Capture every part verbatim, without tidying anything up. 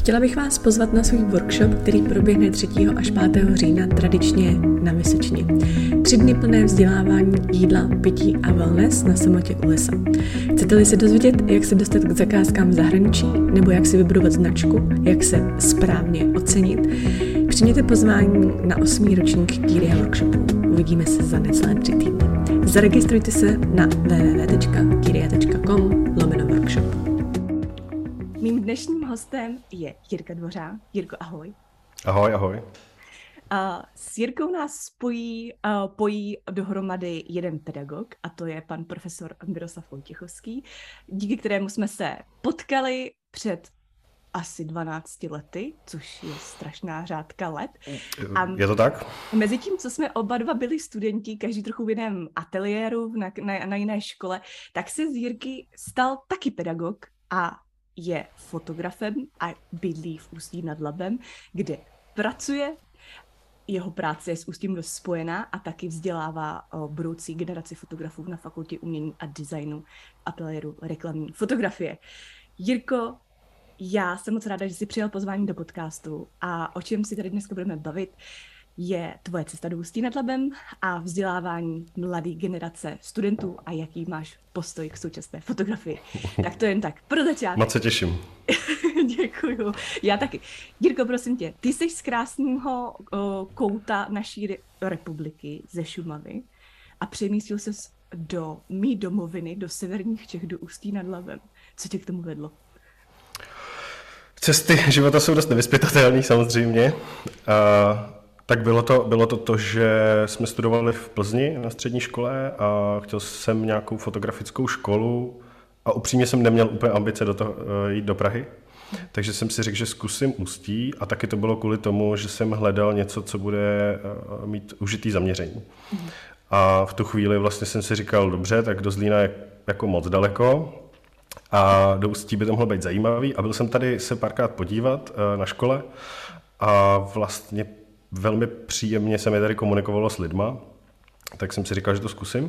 Chtěla bych vás pozvat na svůj workshop, který proběhne třetího až pátého října tradičně na Vysočině. Tři dny plné vzdělávání, jídla, pití a wellness na samotě u lesa. Chcete-li se dozvědět, jak se dostat k zakázkám v zahraničí, nebo jak si vybudovat značku, jak se správně ocenit, přijměte pozvání na osmý ročník Kyria workshopu. Uvidíme se za necelé tři týdny. Zaregistrujte se na w w w tečka kyria tečka com lomeno workshop. Mým dnešním hostem je Jirka Dvořák. Jirko, ahoj. Ahoj, ahoj. A s Jirkou nás spojí, a pojí dohromady jeden pedagog, a to je pan profesor Miroslav Vojtěchovský, díky kterému jsme se potkali před asi dvanácti lety, což je strašná řádka let. A je to tak? Mezi tím, co jsme oba dva byli studenti, každý trochu v jiném ateliéru, na, na, na jiné škole, tak se z Jirky stal taky pedagog a je fotografem a bydlí v Ústí nad Labem, kde pracuje. Jeho práce je s Ústím dost spojená a taky vzdělává o budoucí generaci fotografů na Fakultě umění a designu ateliéru reklamní fotografie. Jirko, já jsem moc ráda, že jsi přijal pozvání do podcastu a o čem si tady dneska budeme bavit, je tvoje cesta do Ústí nad Labem a vzdělávání mladé generace studentů a jaký máš postoj k současné fotografii. Tak to jen tak, pro začátek. Moc se těším. Děkuju. Já taky. Jirko, prosím tě, ty jsi z krásného o, kouta naší republiky, ze Šumavy, a přemístil ses do mý domoviny, do severních Čech, do Ústí nad Labem. Co tě k tomu vedlo? Cesty života jsou dost nevyzpytatelné samozřejmě. A tak bylo to, bylo to to, že jsme studovali v Plzni na střední škole a chtěl jsem nějakou fotografickou školu a upřímně jsem neměl úplně ambice do toho, jít do Prahy. Takže jsem si řekl, že zkusím Ústí a taky to bylo kvůli tomu, že jsem hledal něco, co bude mít užitý zaměření. A v tu chvíli vlastně jsem si říkal, dobře, tak do Zlína je jako moc daleko a do Ústí by to mohlo být zajímavý. A byl jsem tady se párkrát podívat na škole a vlastně velmi příjemně se mi tady komunikovalo s lidma, tak jsem si říkal, že to zkusím.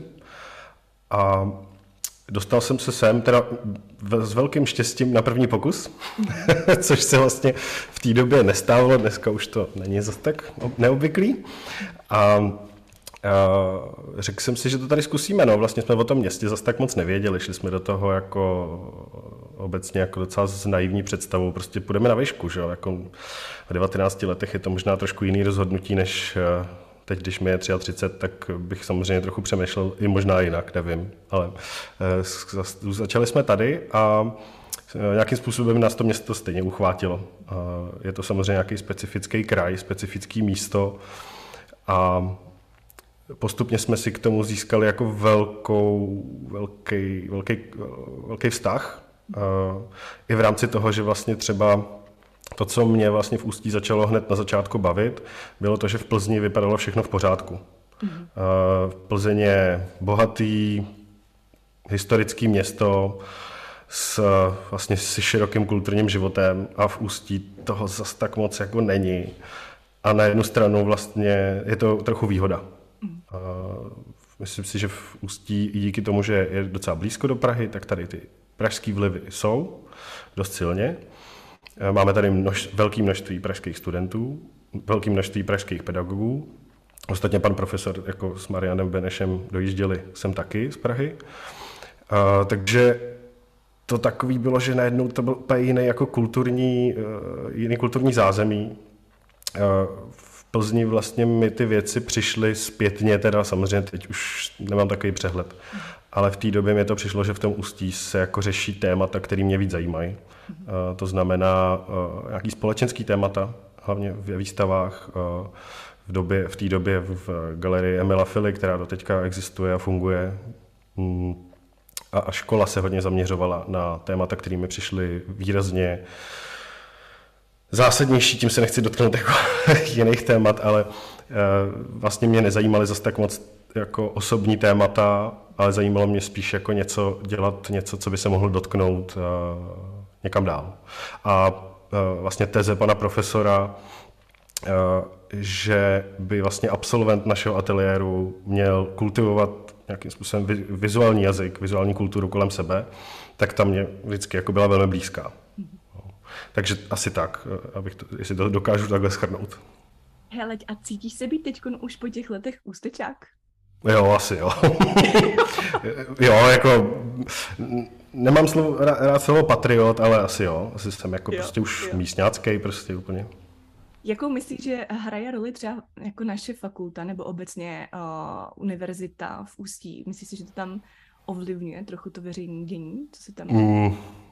A dostal jsem se sem teda s velkým štěstím na první pokus, což se vlastně v té době nestávalo, dneska už to není zase tak neobvyklý. A, a řekl jsem si, že to tady zkusíme, no vlastně jsme o tom městě zase tak moc nevěděli, šli jsme do toho jako obecně jako docela s naivní představou, prostě půjdeme na výšku, že jo, jako v devatenácti letech je to možná trošku jiný rozhodnutí, než teď, když mi je třicet tři, tak bych samozřejmě trochu přemýšlel i možná jinak, nevím, ale začali jsme tady a nějakým způsobem nás to město stejně uchvátilo. Je to samozřejmě nějaký specifický kraj, specifický místo a postupně jsme si k tomu získali jako velkou, velký, velký, velký vztah. I v rámci toho, že vlastně třeba to, co mě vlastně v Ústí začalo hned na začátku bavit, bylo to, že v Plzni vypadalo všechno v pořádku. Mm. Plzeň je bohatý, historický město s, vlastně s širokým kulturním životem a v Ústí toho zas tak moc jako není. A na jednu stranu vlastně je to trochu výhoda. Mm. Myslím si, že v Ústí i díky tomu, že je docela blízko do Prahy, tak tady ty pražský vlivy jsou dost silně. Máme tady množ, velké množství pražských studentů, velké množství pražských pedagogů. Ostatně pan profesor jako s Marianem Benešem dojížděli sem taky z Prahy. A, takže to takový bylo, že najednou to byl úplně jiný jako kulturní, jiný kulturní zázemí. A v Plzni vlastně mi ty věci přišly zpětně, teda samozřejmě teď už nemám takový přehled. Ale v té době mi to přišlo, že v tom Ústí se jako řeší témata, které mě víc zajímají. Uh, to znamená uh, nějaký společenský témata, hlavně ve výstavách. Uh, v, době, v té době v galerii Emila Fily, která do teďka existuje a funguje. Um, a, a škola se hodně zaměřovala na témata, které mi přišly výrazně zásadnější, tím se nechci dotknout jako jiných témat, ale uh, vlastně mě nezajímaly zase tak moc jako osobní témata, ale zajímalo mě spíš jako něco dělat, něco, co by se mohlo dotknout uh, někam dál. A uh, vlastně teze pana profesora, uh, že by vlastně absolvent našeho ateliéru měl kultivovat nějakým způsobem vizuální jazyk, vizuální kulturu kolem sebe, tak ta mě vždycky jako byla velmi blízká. Takže asi tak, abych to, jestli to dokážu takhle shrnout. Hele, a cítíš se být teď už po těch letech ústečák? Jo, asi jo. Jo, jako nemám slovo, rád slovo patriot, ale asi jo. Asi jsem jako jo, prostě už jo. místňácký prostě úplně. Jakou myslíš, že hraje roli třeba jako naše fakulta nebo obecně uh, univerzita v Ústí? Myslíš si, že to tam ovlivňuje trochu to veřejné dění? Co se tam... Mm, uh,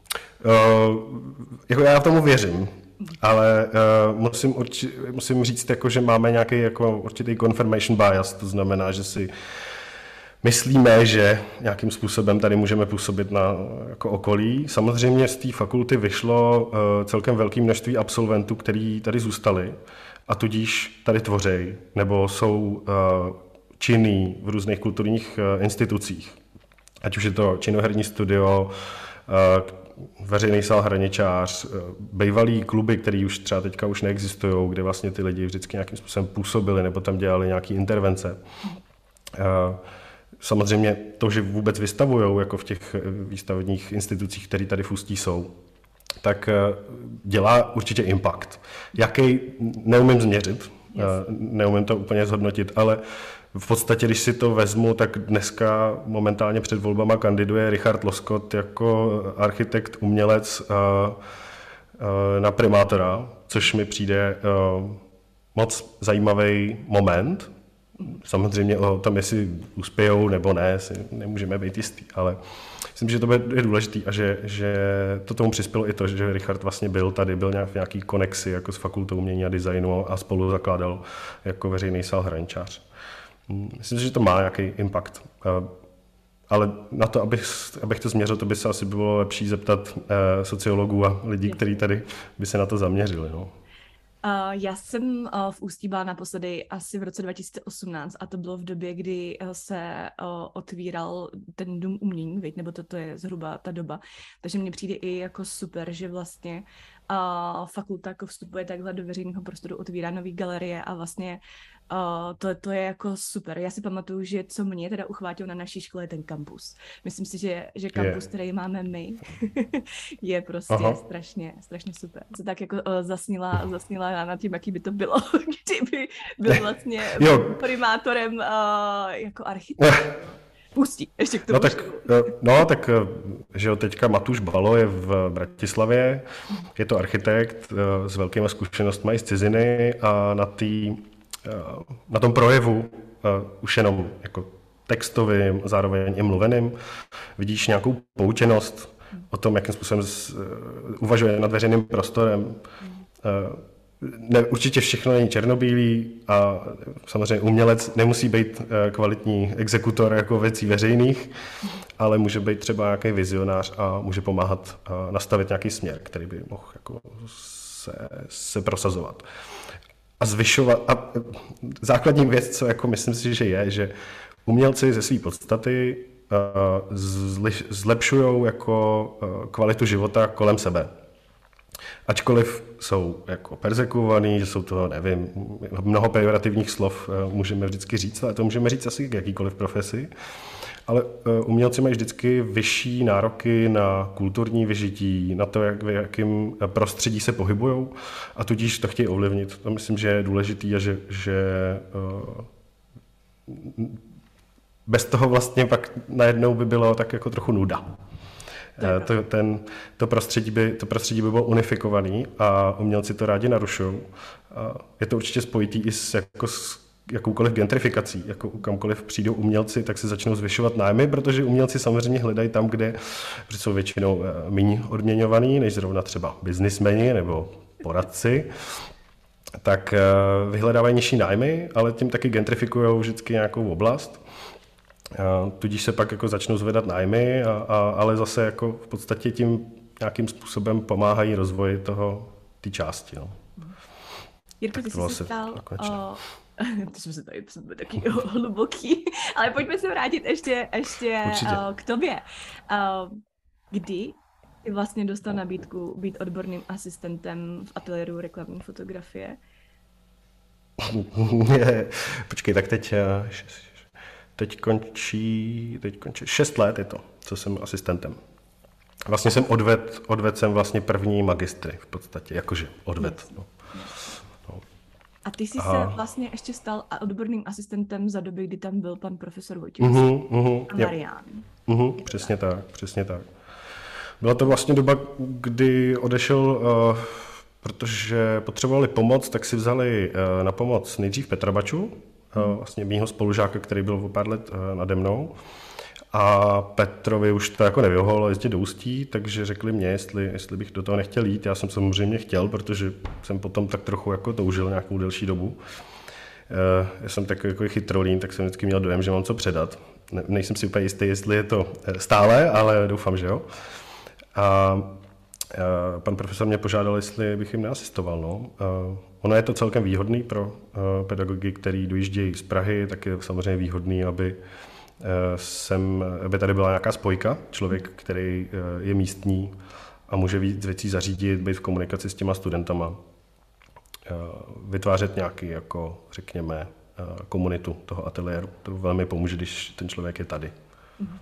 jako já tomu věřím. Ale uh, musím, urči, musím říct, jako, že máme nějaký jako, určitý confirmation bias, to znamená, že si myslíme, že nějakým způsobem tady můžeme působit na jako okolí. Samozřejmě z té fakulty vyšlo uh, celkem velké množství absolventů, kteří tady zůstali a tudíž tady tvořejí nebo jsou uh, činní v různých kulturních uh, institucích. Ať už je to činoherní studio, uh, veřejný sál Hraničář, bývalý kluby, které už třeba teďka už neexistují, kde vlastně ty lidi vždycky nějakým způsobem působili nebo tam dělali nějaké intervence. Samozřejmě to, že vůbec vystavujou jako v těch výstavních institucích, které tady v Ústí jsou, tak dělá určitě impact. Jaký neumím změřit, yes. Neumím to úplně zhodnotit, ale v podstatě, když si to vezmu, tak dneska momentálně před volbama kandiduje Richard Loskot jako architekt, umělec na primátora, což mi přijde moc zajímavý moment. Samozřejmě o tom, jestli uspějou nebo ne, si nemůžeme být jistý, ale myslím, že to je důležitý a že, že to tomu přispělo i to, že Richard vlastně byl tady, byl nějak v nějaký konexi jako s fakultou umění a designu a spolu zakládal jako veřejný sál Hraničář. Myslím si, že to má nějaký impact, ale na to, abych, abych to změřil, to by se asi bylo lepší zeptat sociologů a lidí, kteří tady by se na to zaměřili. No. Uh, já jsem uh, v Ústí byla naposledy asi v roce dva tisíce osmnáct a to bylo v době, kdy uh, se uh, otvíral ten dům umění, viď? Nebo toto je zhruba ta doba. Takže mně přijde i jako super, že vlastně uh, fakulta jako vstupuje takhle do veřejného prostoru, otvírá nový galerie a vlastně uh, to, to je jako super. Já si pamatuju, že co mě teda uchvátilo na naší škole je ten kampus. Myslím si, že, že kampus, je. který máme my, je prostě Aha. strašně, strašně super. Co tak jako uh, zasnila, zasnila nad tím, jaký by to bylo, kdyby byl vlastně primátorem uh, jako architekt. Pustí, ještě k tomu. No tak, no tak, že jo, teďka Matuš Balo je v Bratislavě, je to architekt s velkýma zkušenostmi z ciziny a na, tý, na tom projevu už jenom jako textovým, zároveň i mluveným, vidíš nějakou poučenost o tom, jakým způsobem z, uvažuje nad veřejným prostorem. Ne, určitě všechno není černobílý a samozřejmě umělec nemusí být kvalitní exekutor jako věcí veřejných, ale může být třeba nějaký vizionář a může pomáhat nastavit nějaký směr, který by mohl jako se, se prosazovat. A zvyšovat. A základní věc, co jako myslím si, že je, že umělci ze své podstaty zlepšují jako kvalitu života kolem sebe. Ačkoliv jsou jako perzekvovaný, že jsou to, nevím, mnoho pejorativních slov můžeme vždycky říct, ale to můžeme říct asi k jakýkoliv profesi, ale umělci mají vždycky vyšší nároky na kulturní vyžití, na to, jak, v jakém prostředí se pohybujou a tudíž to chtějí ovlivnit. To myslím, že je důležitý a že, že bez toho vlastně pak najednou by bylo tak jako trochu nuda. To, ten, to, prostředí by, to prostředí by bylo unifikovaný a umělci to rádi narušují. Je to určitě spojitý i s, jako s jakoukoliv gentrifikací. Jako kamkoliv přijdou umělci, tak se začnou zvyšovat nájmy, protože umělci samozřejmě hledají tam, kde jsou většinou méně odměňovaný, než zrovna třeba biznismeni nebo poradci. Tak vyhledávají nižší nájmy, ale tím taky gentrifikují vždycky nějakou oblast. A tudíž se pak jako začnou zvedat nájmy, a, a, ale zase jako v podstatě tím nějakým způsobem pomáhají rozvoji toho, té části. No. Jirko, ty jsi se stal... To jsme se tady jsme taky hluboký, ale pojďme se vrátit ještě, ještě uh, k tobě. Uh, kdy jsi vlastně dostal nabídku být odborným asistentem v ateliéru reklamní fotografie? Počkej, tak teď... Teď končí, teď končí šest let je to, co jsem asistentem. Vlastně jsem odved, odved jsem vlastně první magistry v podstatě, jakože odved. No. No. A ty jsi A... se vlastně ještě stal odborným asistentem za doby, kdy tam byl pan profesor Vojtěch uh-huh, uh-huh, a Marián. Uh-huh, přesně tak, přesně tak. Byla to vlastně doba, kdy odešel, uh, protože potřebovali pomoc, tak si vzali uh, na pomoc nejdřív Petra Baču, uh, vlastně mýho spolužáka, který byl o pár let uh, nade mnou. A Petrovi už to jako nevyhovovalo jezdit do Ústí, takže řekli mě, jestli, jestli bych do toho nechtěl jít. Já jsem samozřejmě chtěl, protože jsem potom tak trochu jako toužil nějakou delší dobu. Uh, já jsem takový jako chytrolín, tak jsem vždycky měl dojem, že mám co předat. Ne, nejsem si úplně jistý, jestli je to stále, ale doufám, že jo. A uh, pan profesor mě požádal, jestli bych jim neasistoval. No. Uh, ono je to celkem výhodný pro uh, pedagogy, který dojíždějí z Prahy, tak je samozřejmě výhodný, aby, uh, sem, aby tady byla nějaká spojka, člověk, který uh, je místní a může víc věcí zařídit, být v komunikaci s těma studentama, uh, vytvářet nějaký, jako řekněme, uh, komunitu toho ateliéru. To velmi pomůže, když ten člověk je tady. Mm-hmm.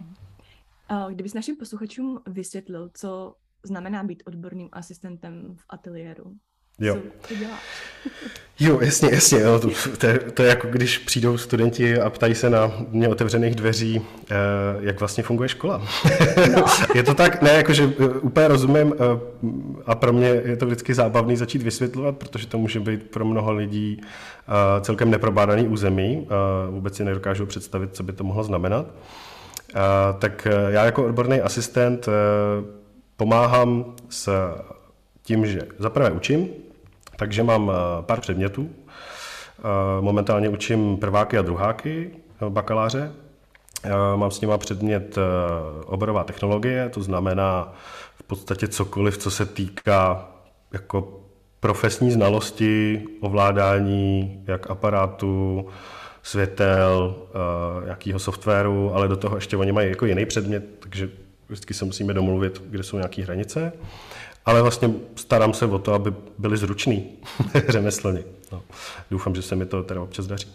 Kdybys našim posluchačům vysvětlil, co znamená být odborným asistentem v ateliéru? Jo. Co ty děláš? Jo, jasně, jasně. Jo, to, to, je, to je jako když přijdou studenti a ptají se na mě otevřených dveří, eh, jak vlastně funguje škola. No. Je to tak, ne, jakože úplně rozumím eh, a pro mě je to vždycky zábavný začít vysvětlovat, protože to může být pro mnoho lidí eh, celkem neprobádaný území. Eh, vůbec si nedokážu představit, co by to mohlo znamenat. Uh, tak já jako odborný asistent uh, pomáhám s tím, že zaprvé učím, takže mám uh, pár předmětů. Uh, momentálně učím prváky a druháky uh, bakaláře. Uh, mám s nima předmět uh, oborová technologie, to znamená v podstatě cokoliv, co se týká jako profesní znalosti, ovládání jak aparátu, světel, uh, nějakého softwaru, ale do toho ještě oni mají jako jiný předmět, takže vždycky se musíme domluvit, kde jsou nějaké hranice. Ale vlastně starám se o to, aby byli zruční řemeslní. No. Doufám, že se mi to teda občas daří.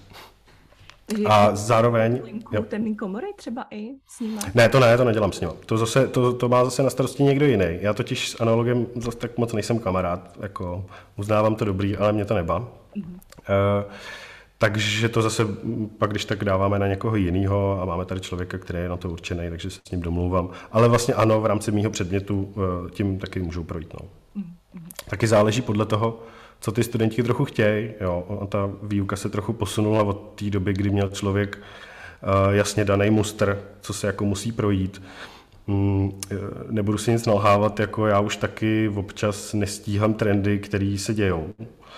A zároveň... Temný komory třeba i s nimi? Ne, to ne, to nedělám s nimi. To, zase, to, to má zase na starosti někdo jiný. Já totiž s analogem zase tak moc nejsem kamarád. Jako, uznávám to dobrý, ale mě to nebá. Mm-hmm. Uh, Takže to zase pak, když tak dáváme na někoho jiného a máme tady člověka, který je na to určený, takže se s ním domlouvám. Ale vlastně ano, v rámci mýho předmětu tím taky můžou projít. No. Mm-hmm. Taky záleží podle toho, co ty studenti trochu chtějí. Jo. A ta výuka se trochu posunula od té doby, kdy měl člověk jasně daný mustr, co se jako musí projít. Nebudu si nic nalhávat, jako já už taky občas nestíhám trendy, které se dějou.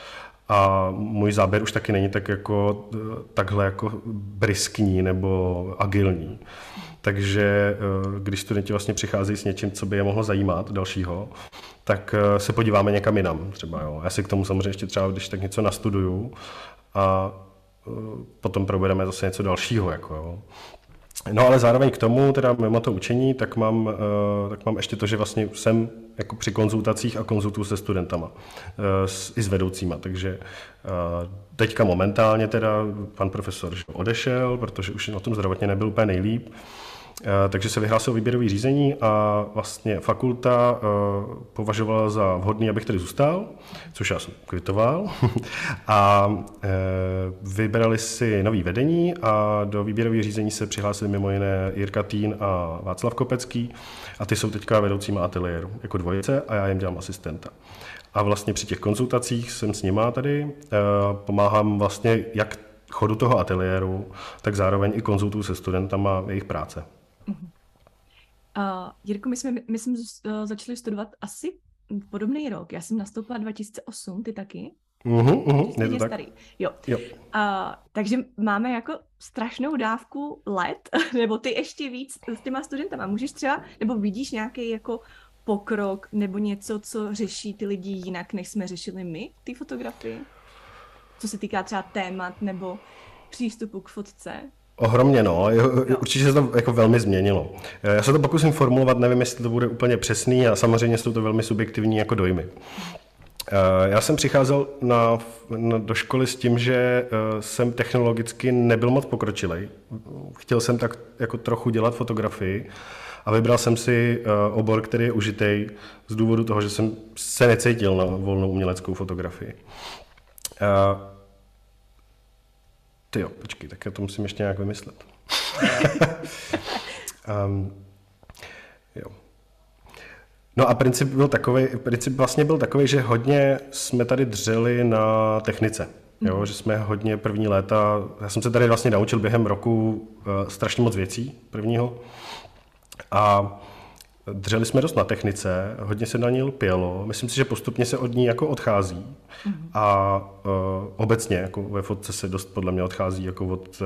A můj záběr už taky není tak jako, takhle jako briskní nebo agilní. Takže když studenti vlastně přicházejí s něčím, co by je mohlo zajímat dalšího, tak se podíváme někam jinam třeba. Jo. Já si k tomu samozřejmě ještě třeba, když tak něco nastuduju a potom probereme zase něco dalšího. Jako, jo. No ale zároveň k tomu, teda mimo to učení, tak mám, uh, tak mám ještě to, že vlastně jsem jako při konzultacích a konzultuju se studentama, uh, s, i s vedoucíma, takže uh, teďka momentálně teda pan profesor odešel, protože už na tom zdravotně nebyl úplně nejlíp, uh, takže se vyhlásilo výběrové řízení a vlastně fakulta uh, považovala za vhodný, abych tady zůstal, což já jsem kvitoval. A uh, vybrali si nový vedení a do výběrového řízení se přihlásili mimo jiné Jirka Týn a Václav Kopecký a ty jsou teďka vedoucíma ateliéru jako dvojice a já jim dělám asistenta. A vlastně při těch konzultacích jsem s nima tady, uh, pomáhám vlastně jak chodu toho ateliéru, tak zároveň i konzultuju se studentama jejich práce. Uh, Jirko, my jsme, my jsme uh, začali studovat asi podobný rok. Já jsem nastoupila dva tisíce osm, ty taky? Uhum, uhum, je to tak. Starý. Jo. jo. Uh, takže máme jako strašnou dávku let, nebo ty ještě víc s těma studentama. Můžeš třeba, nebo vidíš nějaký jako pokrok, nebo něco, co řeší ty lidi jinak, než jsme řešili my, ty fotografii? Co se týká třeba témat, nebo přístupu k fotce? Ohromně, no. Určitě se to jako velmi změnilo. Já se to pokusím formulovat, nevím, jestli to bude úplně přesný a samozřejmě jsou to velmi subjektivní jako dojmy. Já jsem přicházel na, na, do školy s tím, že jsem technologicky nebyl moc pokročilej. Chtěl jsem tak jako trochu dělat fotografii A vybral jsem si uh, obor, který je užitej z důvodu toho, že jsem se necítil na volnou uměleckou fotografii. Uh, ty jo, počkej, tak já to musím ještě nějak vymyslet. um, jo. No a princip byl takový, princip vlastně byl takový, že hodně jsme tady dřeli na technice. Jo, že jsme hodně první léta, já jsem se tady vlastně naučil během roku uh, strašně moc věcí prvního a dřeli jsme dost na technice, hodně se na ní lpělo, myslím si, že postupně se od ní jako odchází mm-hmm. a uh, obecně jako ve fotce se dost podle mě odchází jako od uh,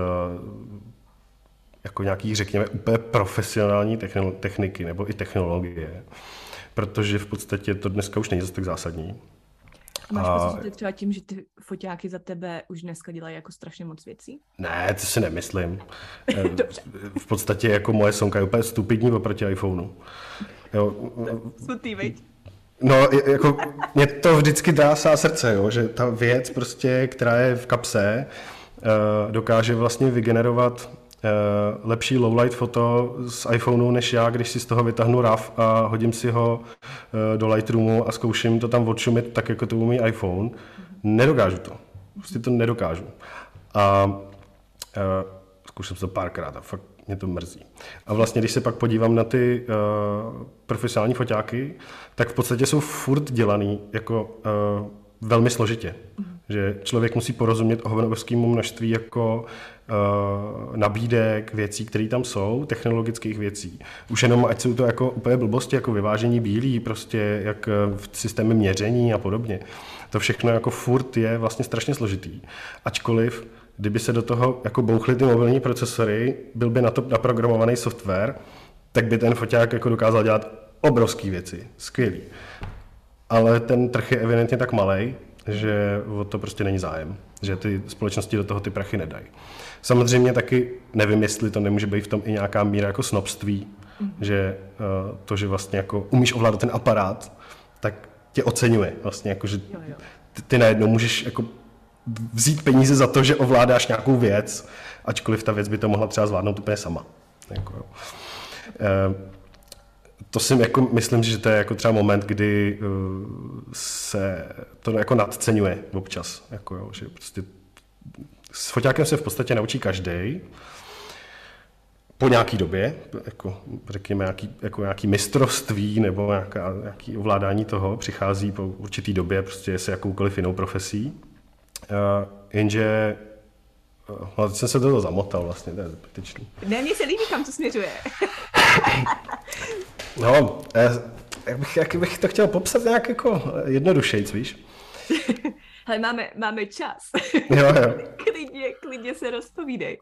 jako nějaký, řekněme, úplně profesionální techniky nebo i technologie, protože v podstatě to dneska už není zase tak zásadní. A máš a... pocit, že třeba tím, že ty foťáky za tebe už dneska dělají jako strašně moc věcí? Ne, to si nemyslím. V podstatě jako moje sonka je úplně stupidní oproti iPhoneu. Smutný, viď? No, jako mě to vždycky drásá srdce, jo, že ta věc prostě, která je v kapse, dokáže vlastně vygenerovat lepší lowlight foto z iPhoneu než já, když si z toho vytáhnu RAW a hodím si ho do Lightroomu a zkouším to tam odšumit tak, jako to umí iPhone. Nedokážu to. Prostě to nedokážu. A, a zkouším to párkrát a fakt mě to mrzí. A vlastně, když se pak podívám na ty uh, profesionální foťáky, tak v podstatě jsou furt dělaný jako uh, velmi složitě. Mm. Že člověk musí porozumět obrovskému množství jako uh, nabídek, věcí, které tam jsou, technologických věcí. Už jenom, ať jsou to jako úplně blbosti, jako vyvážení bílý, prostě jak v systému měření a podobně. To všechno jako furt je vlastně strašně složitý. Ačkoliv, kdyby se do toho jako bouchly ty mobilní procesory, byl by na to naprogramovaný software, tak by ten foťák jako dokázal dělat obrovské věci. Skvělý. Ale ten trh je evidentně tak malej, že o to prostě není zájem. Že ty společnosti do toho ty prachy nedají. Samozřejmě taky nevím, jestli to nemůže být v tom i nějaká míra jako snobství, mm. že uh, to, že vlastně jako umíš ovládat ten aparát, tak tě oceňuje. Vlastně jako, že ty, ty najednou můžeš jako vzít peníze za to, že ovládáš nějakou věc, ačkoliv ta věc by to mohla třeba zvládnout úplně sama. Jako, jo. Uh, To si jako myslím, že to je jako třeba moment, kdy se to jako nadceňuje občas. Jako jo, že prostě s foťákem se v podstatě naučí každý po nějaký době, jako řekněme nějaký, jako nějaký mistrovství nebo nějaká, nějaký ovládání toho přichází po určitý době prostě s jakoukoliv jinou profesí. Uh, jenže no, teď jsem se do toho zamotal vlastně, to je zbytečný. Ne, mně se líbí, kam to směřuje. No, jak bych, jak bych to chtěl popsat nějak jako jednodušejc, víš? Hele, máme, máme čas. Jo, jo. klidně, klidně se rozpovídej.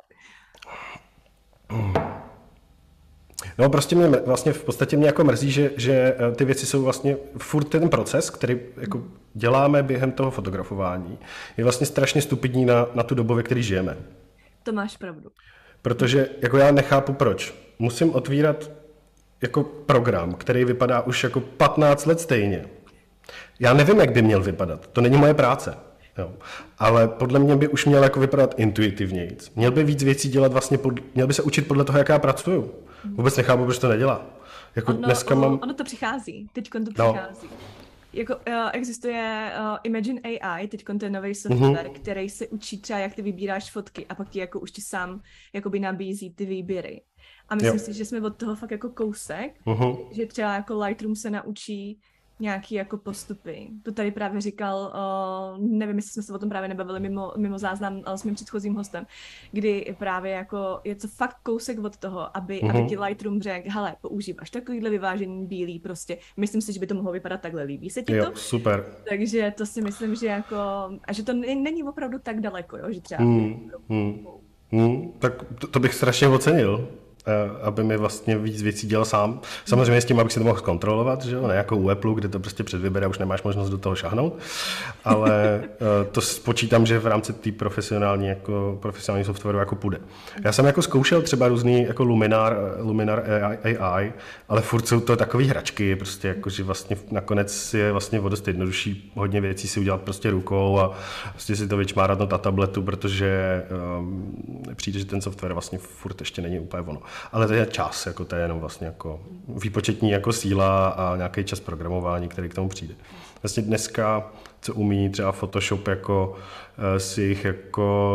No prostě mě vlastně v podstatě mě jako mrzí, že, že ty věci jsou vlastně furt ten proces, který jako děláme během toho fotografování, je vlastně strašně stupidní na, na tu dobu, ve které žijeme. To máš pravdu. Protože jako já nechápu proč. Musím otvírat jako program, který vypadá už jako patnáct let stejně. Já nevím, jak by měl vypadat. To není moje práce. Jo. Ale podle mě by už měl jako vypadat intuitivněji. Měl by víc věcí dělat vlastně, pod, měl by se učit podle toho, jak já pracuju. Vůbec nechápu, proč to nedělá. Jako ono, dneska mám... ono to přichází. Teďkon to přichází. No. Jako, uh, existuje uh, Imagine A I, teďkon to je nový software, mm-hmm. který se učí třeba, jak ty vybíráš fotky a pak ti jako už ti sám jakoby nabízí ty výběry. A myslím jo. si, že jsme od toho fakt jako kousek, uh-huh. že třeba jako Lightroom se naučí nějaký jako postupy. To tady právě říkal, uh, nevím, jestli jsme se o tom právě nebavili mimo, mimo záznam uh, s mým předchozím hostem, kdy právě jako je to fakt kousek od toho, aby, uh-huh. aby ti Lightroom řekl, hele, používáš takovýhle vyvážený bílý prostě, myslím si, že by to mohlo vypadat takhle, líbí se ti jo, to? Super. Takže to si myslím, že jako, a že to není opravdu tak daleko, jo, že třeba... Hmm, hmm, hmm, tak to, to bych strašně ocenil. Aby mi vlastně víc věcí dělal sám. Samozřejmě s tím, abych si to mohl zkontrolovat, že jo, ne jako u Apple, kde to prostě předvybere a už nemáš možnost do toho šahnout, ale to spočítám, že v rámci té profesionální, jako profesionální softwaru jako půjde. Já jsem jako zkoušel třeba různý jako Luminar, Luminar A I, ale furt jsou to takové hračky, prostě jako, že vlastně nakonec je vlastně o dost jednodušší hodně věcí si udělat prostě rukou a prostě si to vyčmárat na tabletu, protože um, přijde, že ten software vlastně furt ještě není úplně ono. ale to je čas, jako to je jenom vlastně jako výpočetní jako síla a nějaký čas programování, který k tomu přijde. Vlastně dneska, co umí třeba Photoshop jako s jejich jako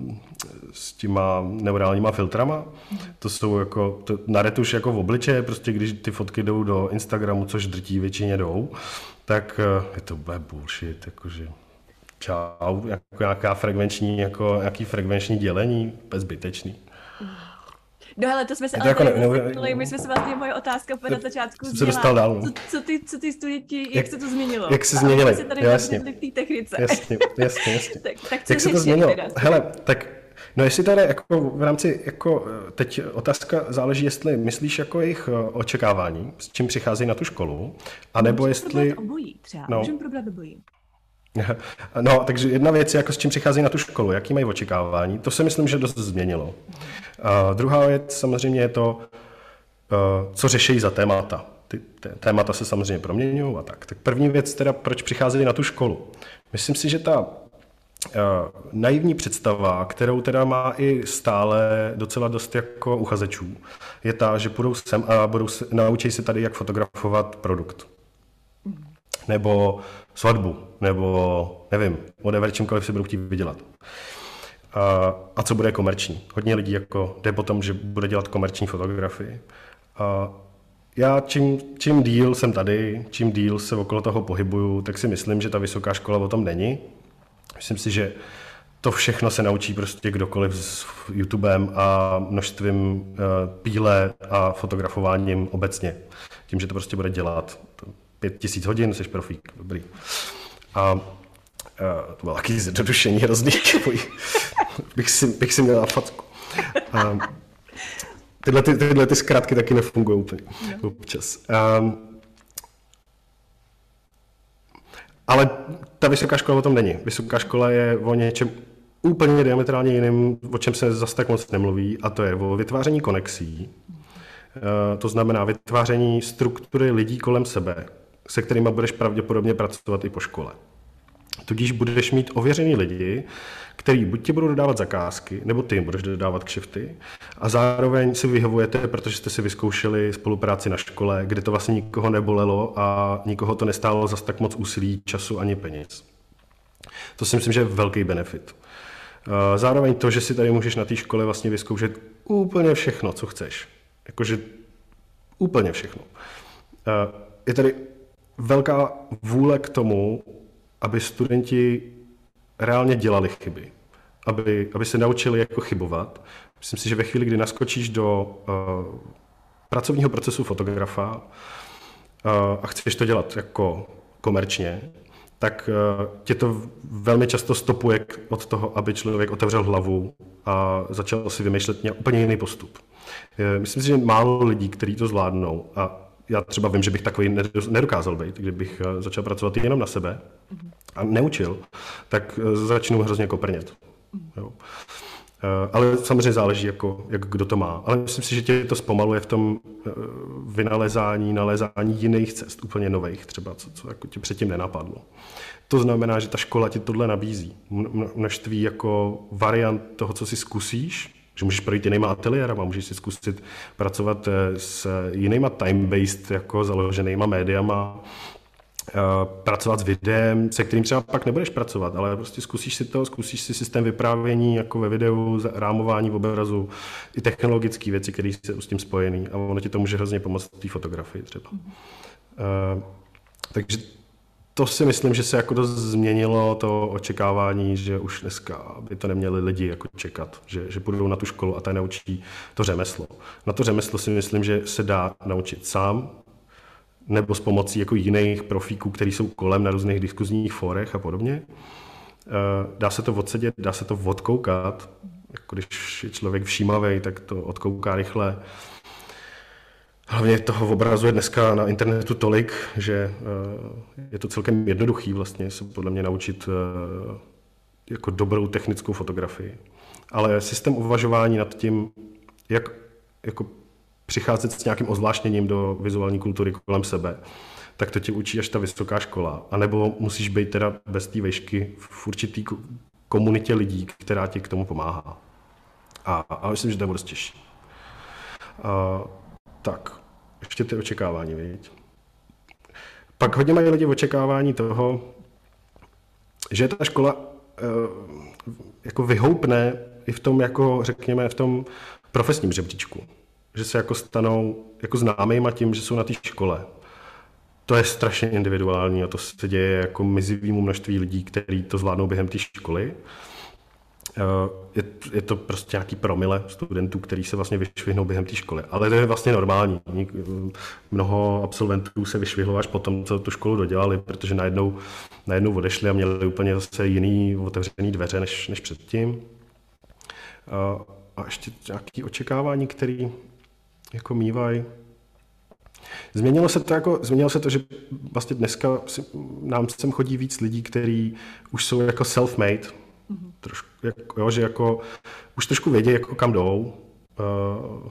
s těma neurálníma filtrama, to jsou jako to, na retuš jako v obličeje, prostě když ty fotky jdou do Instagramu, což drtí většině jdou, tak je to bude bullshit, jakože čau, jako nějaká frekvenční, jako nějaký frekvenční dělení, bezbytečný. No ale to jsme se to ale jako ne, ne, ne, my jsme se vlastně, moje otázka úplně na začátku se dostal dál. Co, co, ty, co ty studenti, jak, jak se to změnilo? Jak se změnili, se tady jasně. v té technice. Jasně, jasně, jasně. tak, tak co jak se to změnilo? Teda? Hele, tak no jestli tady jako v rámci, jako teď otázka záleží, jestli myslíš jako jejich očekávání, s čím přicházejí na tu školu, anebo Můžeme jestli... probrat obojí třeba, no. můžeme probrat obojí. No, takže jedna věc je, jako s čím přicházejí na tu školu, jaký mají očekávání, to si myslím, že dost změnilo. A druhá věc samozřejmě je to, co řeší za témata. Ty témata se samozřejmě proměňují a tak. Tak první věc teda, proč přicházeli na tu školu. Myslím si, že ta uh, naivní představa, kterou teda má i stále docela dost jako uchazečů, je ta, že půjdou sem a budou se, naučí se tady, jak fotografovat produkt. Nebo svatbu, nebo nevím, whatever, čímkoliv si budou chtít vydělat. A, a co bude komerční. Hodně lidí jako jde potom, že bude dělat komerční fotografii. A já čím, čím díl jsem tady, čím díl se okolo toho pohybuju, tak si myslím, že ta vysoká škola o tom není. Myslím si, že to všechno se naučí prostě kdokoliv s YouTubem a množstvím uh, píle a fotografováním obecně. Tím, že to prostě bude dělat pět tisíc hodin, jsi profík, dobrý. A uh, to bylo taky zjednodušení hrozný, bych si, bych si měl na facku. Um, tyhle, ty, tyhle ty zkrátky taky nefungují úplně no. občas. Um, ale ta vysoká škola o tom není. Vysoká škola je o něčem úplně diametrálně jiným, o čem se zase tak moc nemluví, a to je o vytváření konexí. Uh, to znamená vytváření struktury lidí kolem sebe, se kterými budeš pravděpodobně pracovat i po škole. Tudíž budeš mít ověřený lidi, který buď ti budou dodávat zakázky, nebo ty jim budeš dodávat kšefty a zároveň si vyhovujete, protože jste si vyzkoušeli spolupráci na škole, kde to vlastně nikoho nebolelo a nikoho to nestálo zas tak moc úsilí, času ani peněz. To si myslím, že je velký benefit. Zároveň to, že si tady můžeš na té škole vlastně vyzkoušet úplně všechno, co chceš. Jakože úplně všechno. Je tady velká vůle k tomu, aby studenti reálně dělali chyby, aby, aby se naučili jako chybovat. Myslím si, že ve chvíli, kdy naskočíš do uh, pracovního procesu fotografa uh, a chceš to dělat jako komerčně, tak uh, tě to velmi často stopuje od toho, aby člověk otevřel hlavu a začal si vymýšlet úplně jiný postup. Uh, myslím si, že málo lidí, kteří to zvládnou, a já třeba vím, že bych takový nedokázal být, kdybych začal pracovat jenom na sebe a neučil, tak začnu hrozně koprnět. Jo. Ale samozřejmě záleží, jako, jak kdo to má. Ale myslím si, že tě to zpomaluje v tom vynalezání, nalezání jiných cest, úplně nových třeba, co, co jako tě předtím nenapadlo. To znamená, že ta škola ti tohle nabízí. Množství jako variant toho, co si zkusíš, že můžeš projít jinýma ateliérama, můžeš si zkusit pracovat s jinýma time-based, jako založenýma médiama, pracovat s videem, se kterým třeba pak nebudeš pracovat, ale prostě zkusíš si to, zkusíš si systém vyprávění jako ve videu, rámování v obrazu, i technologické věci, které jsou s tím spojený, a ono ti to může hrozně pomoct v té fotografii třeba. Mm. Uh, takže to si myslím, že se jako dost změnilo to očekávání, že už dneska by to neměli lidi jako čekat, že, že půjdou na tu školu a ta naučí to řemeslo. Na to řemeslo si myslím, že se dá naučit sám, nebo s pomocí jako jiných profíků, který jsou kolem na různých diskuzních fórech a podobně. Dá se to odsedět, dá se to odkoukat. Jako když je člověk všímavý, tak to odkouká rychle. Hlavně toho obrazu je dneska na internetu tolik, že je to celkem jednoduchý vlastně se podle mě naučit jako dobrou technickou fotografii. Ale systém uvažování nad tím, jak jako přicházet s nějakým ozvláštněním do vizuální kultury kolem sebe, tak to tě učí až ta vysoká škola. A nebo musíš být teda bez té vejšky v určitý komunitě lidí, která ti k tomu pomáhá. A, a myslím, že to bude těžší. A, tak, ještě ty očekávání, viď? Pak hodně mají lidi očekávání toho, že ta škola uh, jako vyhoupne i v tom, jako řekněme, v tom profesním žebříčku. Že se jako stanou jako známejma tím, že jsou na té škole. To je strašně individuální a to se děje jako mizivýmu množství lidí, kteří to zvládnou během té školy. Je, je to prostě nějaký promile studentů, kteří se vlastně vyšvihnou během té školy. Ale to je vlastně normální. Mnoho absolventů se vyšvihlo až potom, co tu školu dodělali, protože najednou, najednou odešli a měli úplně zase jiný otevřený dveře než, než předtím. A, a ještě nějaké očekávání, které jako mývají. Změnilo se to, jako, změnilo se to, že vlastně dneska si, nám sem chodí víc lidí, kteří už jsou jako self-made, mm-hmm. trošku, jako, jo, že jako už trošku vědí, jako kam jdou. Uh,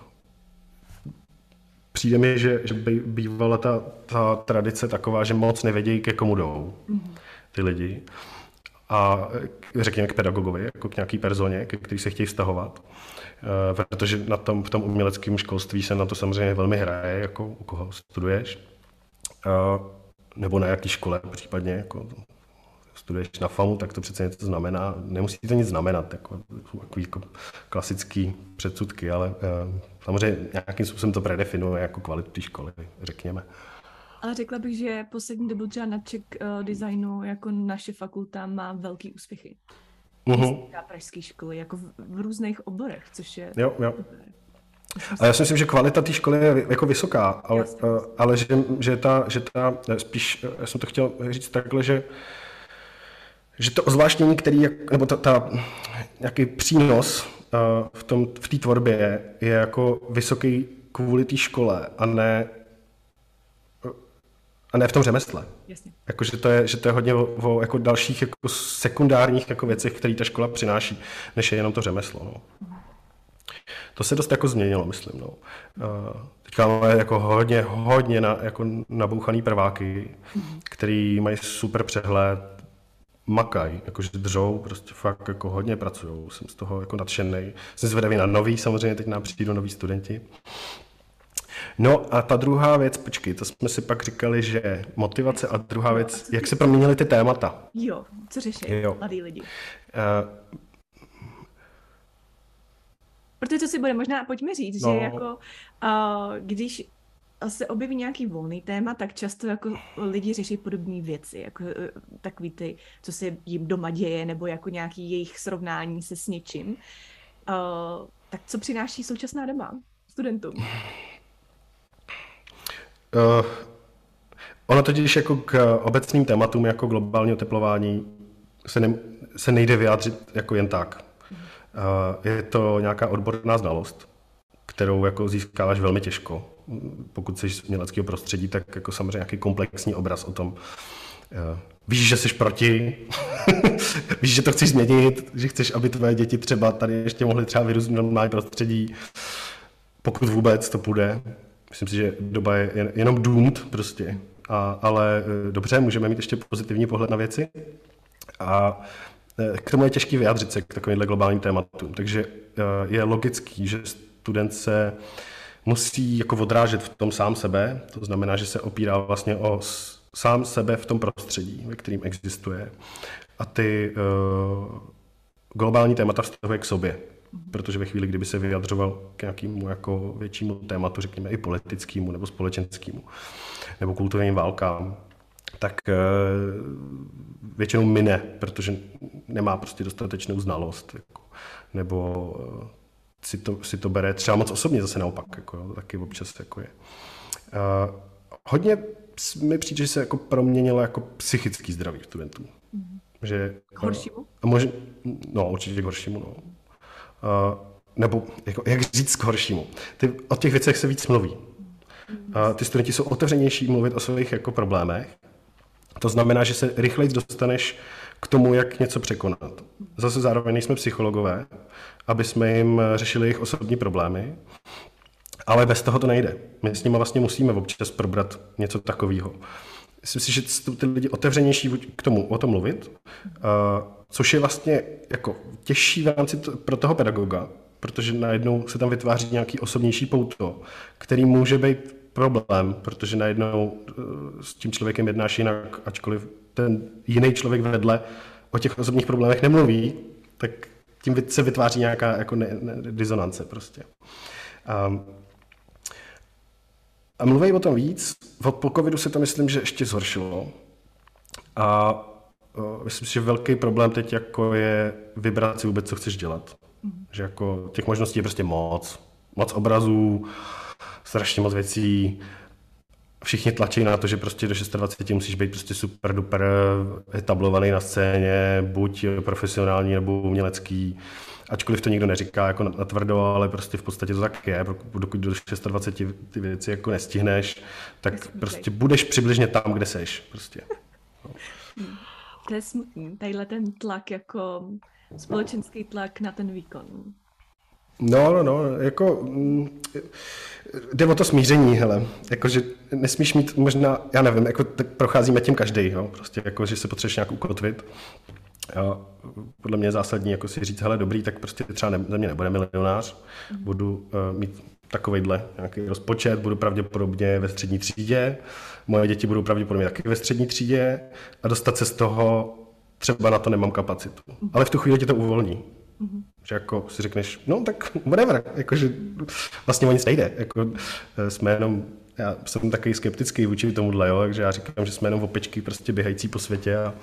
přijde mi, že, že by bývala ta, ta tradice taková, že moc nevědějí, ke komu jdou mm-hmm. ty lidi. A řekněme k pedagogovi, jako k nějaký personě, ke který se chtějí vztahovat. Uh, protože na tom, v tom uměleckém školství se na to samozřejmě velmi hraje, jako u koho studuješ. Uh, nebo na jaký škole případně. Jako studuješ na FAMu, tak to přece něco znamená. Nemusí to nic znamenat, jako, jako, jako klasický předsudky, ale uh, samozřejmě nějakým způsobem to predefinuje jako kvalitu té školy, řekněme. Ale řekla bych, že poslední dobu třeba na Czech uh, designu jako naše fakulta má velký úspěchy. Uh-huh. Pražské školy, jako v, v různých oborech, což je... Jo, jo. A já si myslím, že kvalita té školy je jako vysoká, ale, ale že, že, ta, že ta, spíš, já jsem to chtěl říct takhle, že, že to ozvláštnění, který, nebo ta, ta nějaký přínos v tom, v té tvorbě je jako vysoký kvůli té škole a ne a ne v tom řemesle. Jasně. Jako, že, to je, že to je hodně o, o jako dalších jako sekundárních jako věcech, které ta škola přináší, než je jenom to řemeslo. No. Mm. To se dost jako změnilo, myslím. No. Uh, teďka máme jako hodně, hodně na, jako nabouchaný prváky, mm. který mají super přehled, makají, jakože držou, prostě fakt jako hodně pracujou. Jsem z toho jako nadšenej. Jsem zvědavý na nový, samozřejmě teď nám přijdou noví studenti. No a ta druhá věc, počkej, to jsme si pak říkali, že motivace a druhá věc, jak se proměnily ty témata. Jo, co řeší mladí lidi? Uh, Protože to si bude možná, pojďme říct, no. že jako uh, když se objeví nějaký volný téma, tak často jako lidi řeší podobné věci, jako uh, takový ty, co se jim doma děje, nebo jako nějaký jejich srovnání se s něčím. Uh, tak co přináší současná doba studentům? Uh, ono totiž jako k obecným tématům jako globální oteplování se, ne, se nejde vyjádřit jako jen tak. Uh, je to nějaká odborná znalost, kterou jako získáváš velmi těžko. Pokud jsi z uměleckého prostředí, tak jako samozřejmě nějaký komplexní obraz o tom. Uh, víš, že jsi proti, víš, že to chceš změnit, že chceš, aby tvé děti třeba tady ještě mohly třeba vyrůst v normální prostředí, pokud vůbec to půjde. Myslím si, že doba je jenom doomed prostě, a, ale dobře, můžeme mít ještě pozitivní pohled na věci a k tomu je těžký vyjádřit se k takovýmhle globálním tématům, takže je logický, že student se musí jako odrážet v tom sám sebe, to znamená, že se opírá vlastně o sám sebe v tom prostředí, ve kterým existuje a ty uh, globální témata vztahuje k sobě. Protože ve chvíli, kdyby se vyjadřoval k nějakému jako většímu tématu, řekněme i politickému nebo společenskému, nebo kulturním válkám, tak většinou mine, protože nemá prostě dostatečnou znalost, jako, nebo si to, si to bere třeba moc osobně zase naopak, jako, taky občas jako je. Uh, hodně mi přijde, že se jako proměnilo jako psychický zdraví studentů. Mm. Že, k horšímu? Uh, možná, no, určitě k horšímu, no. Uh, nebo jako, jak říct k horšímu. Ty, o těch věcech se víc mluví. Uh, ty studenti jsou otevřenější mluvit o svých jako problémech. To znamená, že se rychleji dostaneš k tomu, jak něco překonat. Zase zároveň nejsme psychologové, aby jsme jim řešili jejich osobní problémy, ale bez toho to nejde. My s nimi vlastně musíme občas probrat něco takového. Myslím si, že jsou ty lidi otevřenější k tomu, o tom mluvit, uh, což je vlastně jako těžší v rámci to, pro toho pedagoga, protože najednou se tam vytváří nějaký osobnější pouto, který může být problém, protože najednou s tím člověkem jednáš jinak, ačkoliv ten jiný člověk vedle o těch osobních problémech nemluví, tak tím se vytváří nějaká jako ne, ne, disonance prostě. A, a mluví o tom víc. Po covidu se to myslím, že ještě zhoršilo. A o, myslím si, že velký problém teď jako je vybrat si vůbec, co chceš dělat. Mm. Že jako těch možností je prostě moc. Moc obrazů, strašně moc věcí. Všichni tlačí na to, že prostě do dvaceti šesti musíš být prostě super duper etablovaný na scéně, buď profesionální nebo umělecký. Ačkoliv to nikdo neříká jako natvrdo, ale prostě v podstatě to tak je. Dokud do dvaceti šesti ty věci jako nestihneš, tak prostě budeš přibližně tam, kde seš. Prostě. No. To je smutný, tadyhle ten tlak jako společenský tlak na ten výkon. No, no, no, jako mm, jde o to smíření, hele, jakože nesmíš mít možná, já nevím, jako tak procházíme tím každej, jo, prostě jako, že se potřebuješ nějak ukotvit. Jo, podle mě je zásadní jako si říct, hele, dobrý, tak prostě třeba ne, ze mě nebude milionář, budu uh, mít takovejhle nějaký rozpočet, budu pravděpodobně ve střední třídě, moje děti budou pravděpodobně taky ve střední třídě a dostat se z toho, třeba na to nemám kapacitu. Ale v tu chvíli tě to uvolní. Mm-hmm. Že jako si řekneš, no tak whatever, jakože vlastně o nic nejde, jako jsme jenom, já jsem takový skeptický vůči tomuhle, jo, takže já říkám, že jsme jenom opičky prostě běhající po světě a, a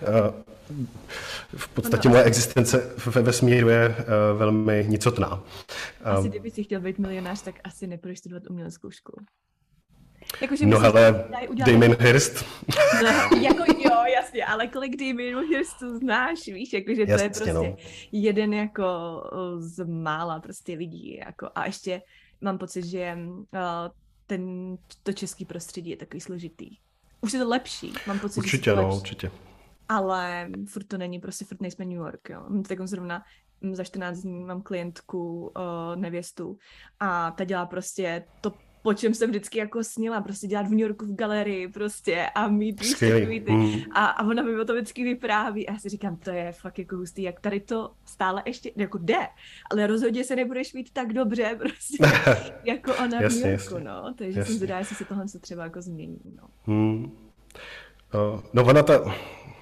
v podstatě moje existence ve vesmíru je uh, velmi nicotná. Asi kdyby si chtěl být milionář, tak asi nepůjdeš studovat uměleckou školu. Jako, že no hele, Damien Hirst. No, jako jo, jasně, ale kolik Damien Hirstů znáš, víš, jakože to jasně, je prostě no. jeden jako z mála prostě lidí, jako a ještě mám pocit, že uh, ten, to český prostředí je takový složitý. Už je to lepší, mám pocit, určitě, že to no, lepší. určitě. Ale furt to není, prostě furt nejsme New York, jo. Tak zrovna za čtrnáct dní mám klientku, uh, nevěstu a ta dělá prostě to, po čem jsem vždycky jako snila, prostě dělat v New Yorku v galerii prostě a mít víš takový ty. Mm. A, a ona mi o to vždycky vypráví a já si říkám, to je fakt jako hustý, jak tady to stále ještě, jako jde, ale rozhodně se nebudeš mít tak dobře prostě, jako ona v New Yorku, no. Takže jasně. jsem zvědavá, jestli se tohle třeba jako změní, no. Mm. Uh, no ona ta...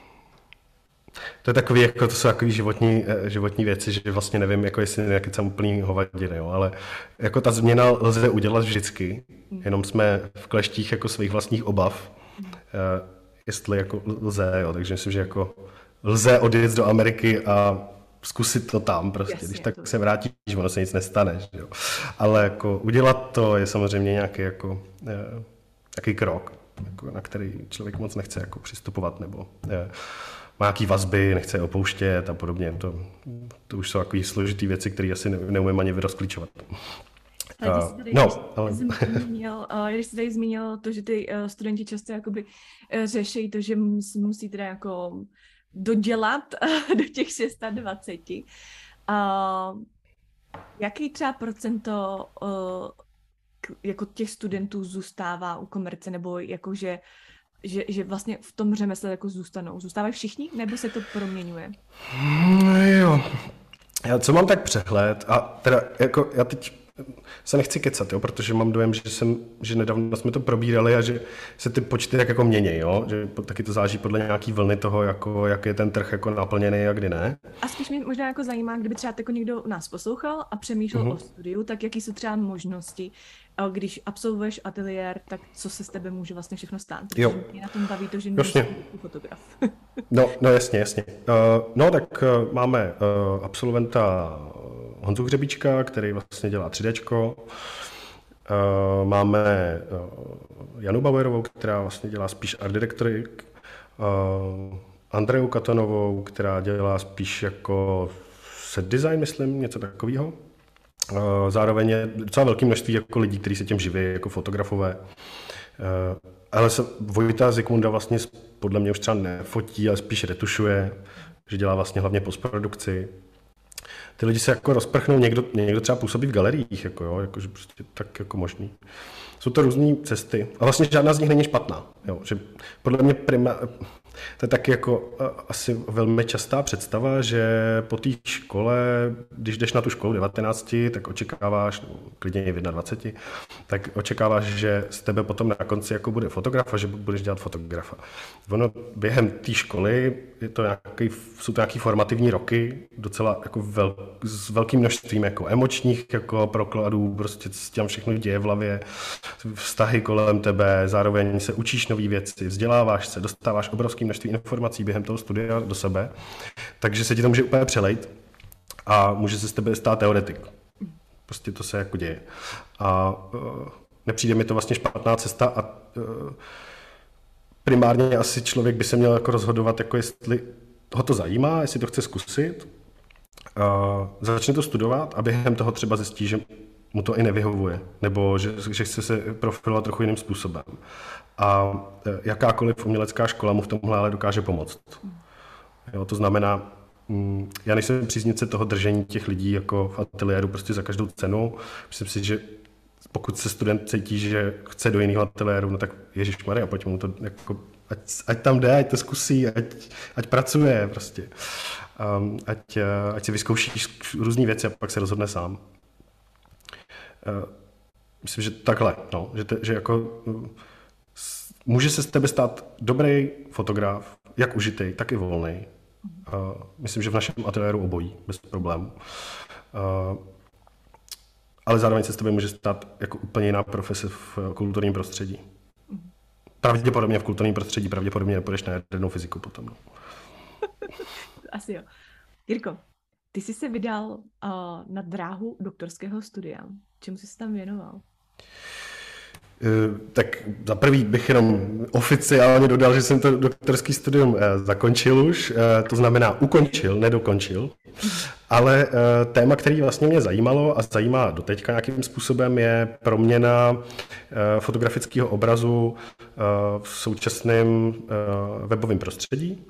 To je takový, jako to jsou takový životní, životní věci, že vlastně nevím, jako jestli nějaký jsem úplný hovadiny, jo, ale jako ta změna lze udělat vždycky, jenom jsme v kleštích jako svých vlastních obav, jestli jako lze, jo, takže myslím, že jako lze odjet do Ameriky a zkusit to tam prostě, jasně, když tak to se vrátíš, ono se nic nestane, jo. Ale jako udělat to je samozřejmě nějaký jako, nějaký krok, jako, na který člověk moc nechce jako přistupovat, nebo má nějaký vazby, nechce je opouštět a podobně. To, to už jsou takové složitý věci, které asi neumím ani rozklíčovat. Ale ty jsi tady, no, ale... zmínil, když jsi tady zmínil to, že ty studenti často jakoby řeší to, že musí teda jako dodělat do těch dvaceti šesti. Uh, jaký třeba procento uh, jako těch studentů zůstává u komerce, nebo jakože Že, že vlastně v tom řemesle jako zůstanou. Zůstávají všichni, nebo se to proměňuje? No jo. Já co mám tak přehled, a teda jako já teď se nechci kecat, jo, protože mám dojem, že jsem, že nedávno jsme to probírali a že se ty počty tak jako mění, jo, že taky to záleží podle nějaký vlny toho, jako, jak je ten trh jako naplněný a kdy ne. A spíš mě možná jako zajímá, kdyby třeba jako někdo nás poslouchal a přemýšlel mm-hmm. o studiu, tak jaký jsou třeba možnosti, když absolvuješ ateliér, tak co se s tebe může vlastně všechno stát? Protože jo. mě na tom baví to, že nejsi fotograf. no, no jasně, jasně. Uh, no tak uh, máme uh, absolventa Honzu Hřebíčka, který vlastně dělá tři déčko. Uh, máme uh, Janu Bauerovou, která vlastně dělá spíš art directory. Uh, Andreu Katanovou, která dělá spíš jako set design, myslím, něco takového. Uh, zároveň je docela velké množství jako lidí, kteří se tím živí, jako fotografové. Uh, ale se Vojta Zikmunda vlastně podle mě už třeba nefotí, ale spíš retušuje, že dělá vlastně hlavně postprodukci. Ty lidi se jako rozprchnou, někdo, někdo třeba působí v galeriích, jako jo, jakože prostě tak jako možný. Jsou to různé cesty a vlastně žádná z nich není špatná. Jo, že podle mě prima, To je taky jako asi velmi častá představa, že po té škole, když jdeš na tu školu devatenácti, tak očekáváš, klidně i v jednadvaceti, tak očekáváš, že z tebe potom na konci jako bude fotograf a že budeš dělat fotografa. Ono během té školy je to nějaký, jsou to nějaký formativní roky, docela jako vel, s velkým množstvím jako emočních jako prokladů, prostě s tím všechno děje v hlavě, vztahy kolem tebe, zároveň se učíš nové věci, vzděláváš se, dostáváš obrovské množství informací během toho studia do sebe, takže se ti to může úplně přelejt a může se z tebe stát teoretik. Prostě to se jako děje. A uh, nepřijde mi to vlastně špatná cesta a uh, primárně asi člověk by se měl jako rozhodovat, jako jestli ho to zajímá, jestli to chce zkusit, uh, začne to studovat a během toho třeba zjistí, že mu to i nevyhovuje, nebo že, že chce se profilovat trochu jiným způsobem. A jakákoliv umělecká škola mu v tomhle ale dokáže pomoct. Jo, to znamená, já nejsem příznivce toho držení těch lidí jako v ateliéru prostě za každou cenu. Myslím si, že pokud se student cítí, že chce do jiného ateliéru, no tak ježišmarja, pojď mu to jako, ať, ať tam jde, ať to zkusí, ať, ať pracuje prostě. Um, ať, ať si vyzkouší různé věci a pak se rozhodne sám. Uh, myslím, že takhle, no, že, te, že jako může se z tebe stát dobrý fotograf, jak užitej, tak i volný. Uh, myslím, že v našem ateliéru obojí, bez problémů. Uh, ale zároveň se z tebe může stát jako úplně jiná profese v kulturním prostředí. Pravděpodobně v kulturním prostředí, pravděpodobně nepůjdeš na jadernou fyziku potom. No. Asi jo. Jirko, ty jsi se vydal uh, na dráhu doktorského studia. Čemu jsi se tam věnoval? Tak za prvý bych jenom oficiálně dodal, že jsem to doktorský studium zakončil už, to znamená ukončil, nedokončil, ale téma, který vlastně mě zajímalo a zajímá doteďka nějakým způsobem, je proměna fotografického obrazu v současném webovém prostředí.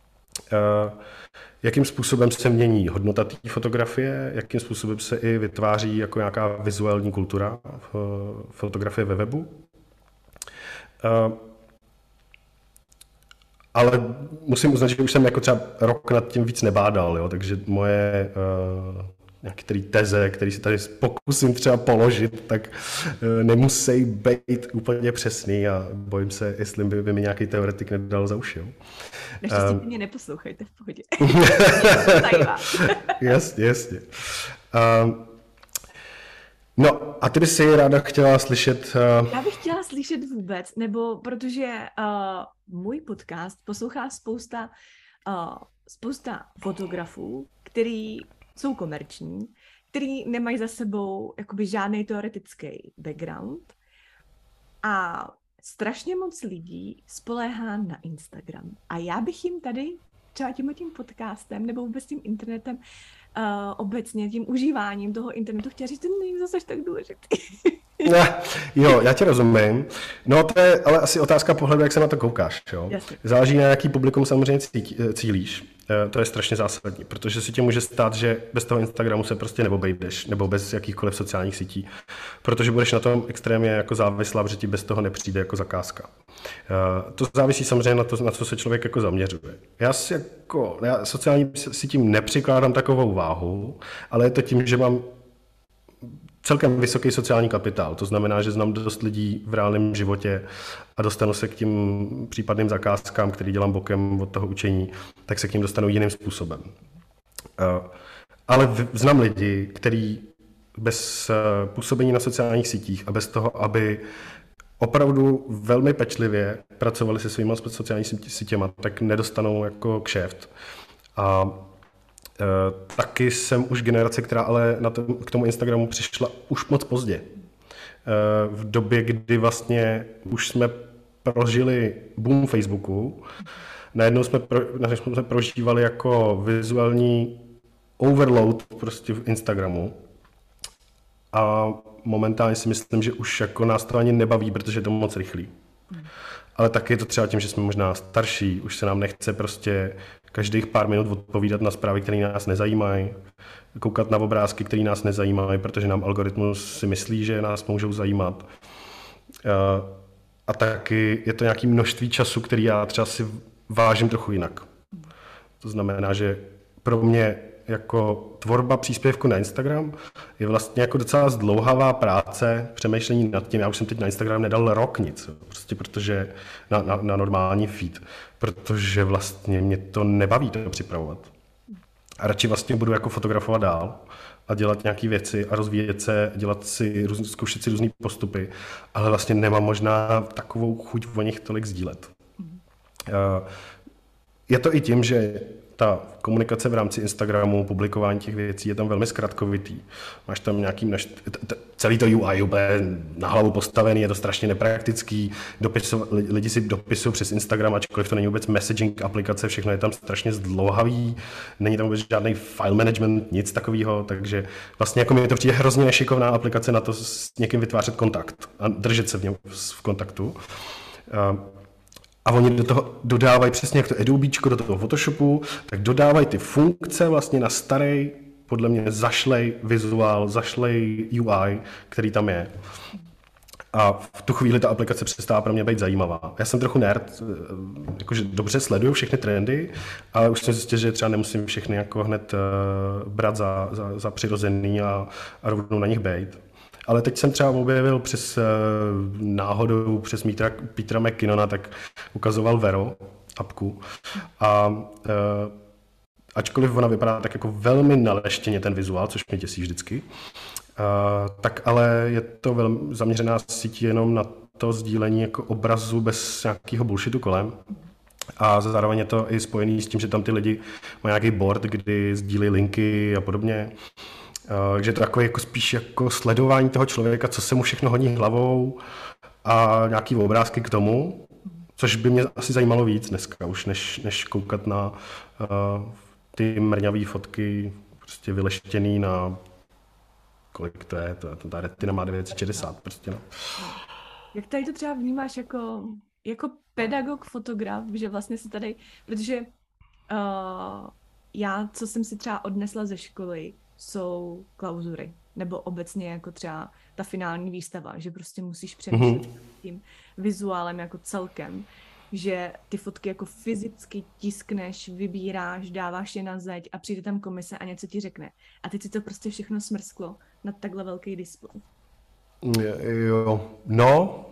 Jakým způsobem se mění hodnota té fotografie, jakým způsobem se i vytváří jako nějaká vizuální kultura v fotografie ve webu. Ale musím uznat, že už jsem jako třeba rok nad tím víc nebádal, jo? Takže moje nějaké teze, které si tady pokusím třeba položit, tak nemusí být úplně přesný a bojím se, jestli by, by mi nějaký teoretik nedal za uši. Naštěstí um, mě neposlouchejte v pohodě. Jasně, jasně. Um, no a ty bys si ráda chtěla slyšet... Uh... Já bych chtěla slyšet vůbec, nebo protože uh, můj podcast poslouchá spousta, uh, spousta fotografů, který jsou komerční, který nemají za sebou jakoby žádný teoretický background a strašně moc lidí spoléhá na Instagram. A já bych jim tady třeba tímhle tím podcastem nebo vůbec tím internetem uh, obecně, tím užíváním toho internetu chtěla říct, že to není zase tak důležitý. Ne, jo, já tě rozumím. No to je ale asi otázka pohledu, jak se na to koukáš. Jo? Záleží na jaký publikum samozřejmě cílíš. To je strašně zásadní, protože si tě může stát, že bez toho Instagramu se prostě neobejdeš, nebo bez jakýchkoliv sociálních sítí, protože budeš na tom extrémně jako závislá, protože ti bez toho nepřijde jako zakázka. To závisí samozřejmě na to, na co se člověk jako zaměřuje. Já si jako, já sociální sítím nepřikládám takovou váhu, ale je to tím, že mám celkem vysoký sociální kapitál, to znamená, že znám dost lidí v reálném životě a dostanu se k tím případným zakázkám, který dělám bokem od toho učení, tak se k ním dostanu jiným způsobem. Ale znám lidi, kteří bez působení na sociálních sítích a bez toho, aby opravdu velmi pečlivě pracovali se svýma sociálními sítěma, tak nedostanou jako kšeft. A Uh, taky jsem už generace, která ale na to, k tomu Instagramu přišla už moc pozdě. Uh, v době, kdy vlastně už jsme prožili boom Facebooku, najednou jsme, pro, najednou jsme prožívali jako vizuální overload prostě v Instagramu. A momentálně si myslím, že už jako nás to ani nebaví, protože je to moc rychlý. Ale taky je to třeba tím, že jsme možná starší, už se nám nechce prostě každých pár minut odpovídat na zprávy, které nás nezajímají, koukat na obrázky, které nás nezajímají, protože nám algoritmus si myslí, že nás můžou zajímat. A taky je to nějaké množství času, který já třeba si vážím trochu jinak. To znamená, že pro mě jako tvorba příspěvku na Instagram je vlastně jako docela zdlouhavá práce, přemýšlení nad tím. Já už jsem teď na Instagram nedal rok nic, prostě protože na, na, na normální feed, protože vlastně mě to nebaví to připravovat. A radši vlastně budu jako fotografovat dál a dělat nějaké věci a rozvíjet se, dělat si, zkoušet si různý postupy, ale vlastně nemám možná takovou chuť o nich tolik sdílet. Je to i tím, že ta komunikace v rámci Instagramu, publikování těch věcí je tam velmi zkratkovitý. Máš tam nějaký, naš, t- celý to U I úplně na hlavu postavený, je to strašně nepraktický, dopisu, lidi si dopisují přes Instagram, ačkoliv to není vůbec messaging aplikace, všechno je tam strašně zdlouhavý, není tam vůbec žádný file management, nic takového, takže vlastně jako mi to přijde hrozně nešikovná aplikace na to s někým vytvářet kontakt a držet se v něm v kontaktu. A oni do toho dodávají přesně jak to Adobečko do toho Photoshopu, tak dodávají ty funkce vlastně na starý, podle mě zašlej vizuál, zašlej U I, který tam je. A v tu chvíli ta aplikace přestává pro mě být zajímavá. Já jsem trochu nerd, jakože dobře sleduju všechny trendy, ale už jsem zjistil, že třeba nemusím všechny jako hned brát za, za, za přirozený a, a rovnou na nich bejt. Ale teď jsem třeba objevil přes náhodou, přes Petra, Petra McKinnona, tak ukazoval Vero, apku. A e, ačkoliv ona vypadá tak jako velmi naleštěně ten vizuál, což mě těsí vždycky, e, tak ale je to velmi zaměřená síť jenom na to sdílení jako obrazu bez nějakého bullshitu kolem. A zároveň je to i spojený s tím, že tam ty lidi mají nějaký board, kdy sdílí linky a podobně. Takže to jako, jako spíš jako sledování toho člověka, co se mu všechno hodí hlavou a nějaký obrázky k tomu, což by mě asi zajímalo víc dneska už, než, než koukat na uh, ty mrňavý fotky, prostě vyleštěný na, kolik to je, to, to, ta retina má devět set šedesát prostě, no. Jak tady to třeba vnímáš jako, jako pedagog, fotograf, že vlastně se tady, protože uh, já, co jsem si třeba odnesla ze školy, jsou klauzury, nebo obecně jako třeba ta finální výstava, že prostě musíš přemýšlet mm-hmm. tím vizuálem jako celkem, že ty fotky jako fyzicky tiskneš, vybíráš, dáváš je na zeď a přijde tam komise a něco ti řekne. A teď si to prostě všechno smrsklo na takhle velký displej. Jo, no.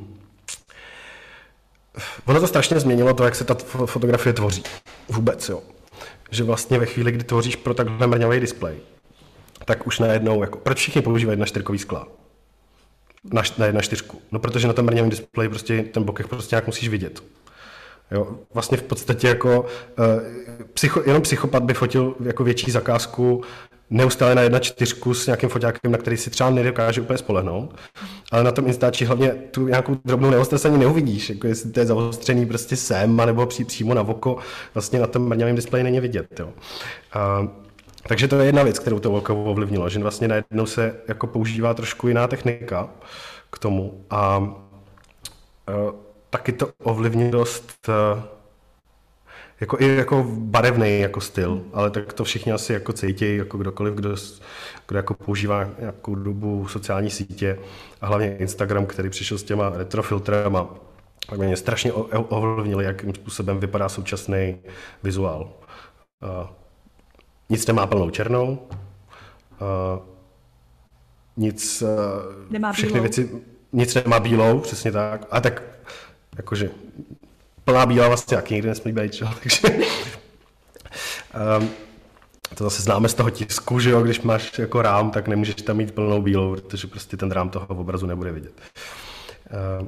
Ono to strašně změnilo to, jak se ta fotografie tvoří. Vůbec, jo. Že vlastně ve chvíli, kdy tvoříš pro takhle mrňavý displej, tak už najednou, jako, proč všichni používají jedna čtyřkový skla? Na, na jedna čtyřku. No, protože na tom mrňavém displeji prostě ten bokeh prostě nějak musíš vidět. Jo, vlastně v podstatě jako uh, psycho, jenom psychopat by fotil jako větší zakázku neustále na jedna čtyřku s nějakým foťákem, na který si třeba nedokáže úplně spolehnout, ale na tom Instači hlavně tu nějakou drobnou neostrost ani neuvidíš, jako jestli to je zaostřený prostě sem, anebo pří, přímo na oko, vlastně na tom mrňavém displeji není vidět. Jo. Uh, takže to je jedna věc, kterou to oko ovlivnilo, že vlastně najednou se jako používá trošku jiná technika k tomu a uh, taky to ovlivnilo dost uh, jako i jako barevný jako styl, ale tak to všichni asi jako cítí, jako kdokoliv, kdo, kdo jako používá nějakou dobu sociální sítě a hlavně Instagram, který přišel s těma retrofiltrama, tak mě strašně ovlivnili, jakým způsobem vypadá současný vizuál. Uh, nic nemá plnou černou, uh, nic, uh, nemá všechny bílou. věci, nic nemá bílou, přesně tak, a tak jakože plná bílá vlastně taky nikdy nesmí být, čo? Takže um, to zase známe z toho tisku, že jo, když máš jako rám, tak nemůžeš tam mít plnou bílou, protože prostě ten rám toho obrazu nebude vidět. Um,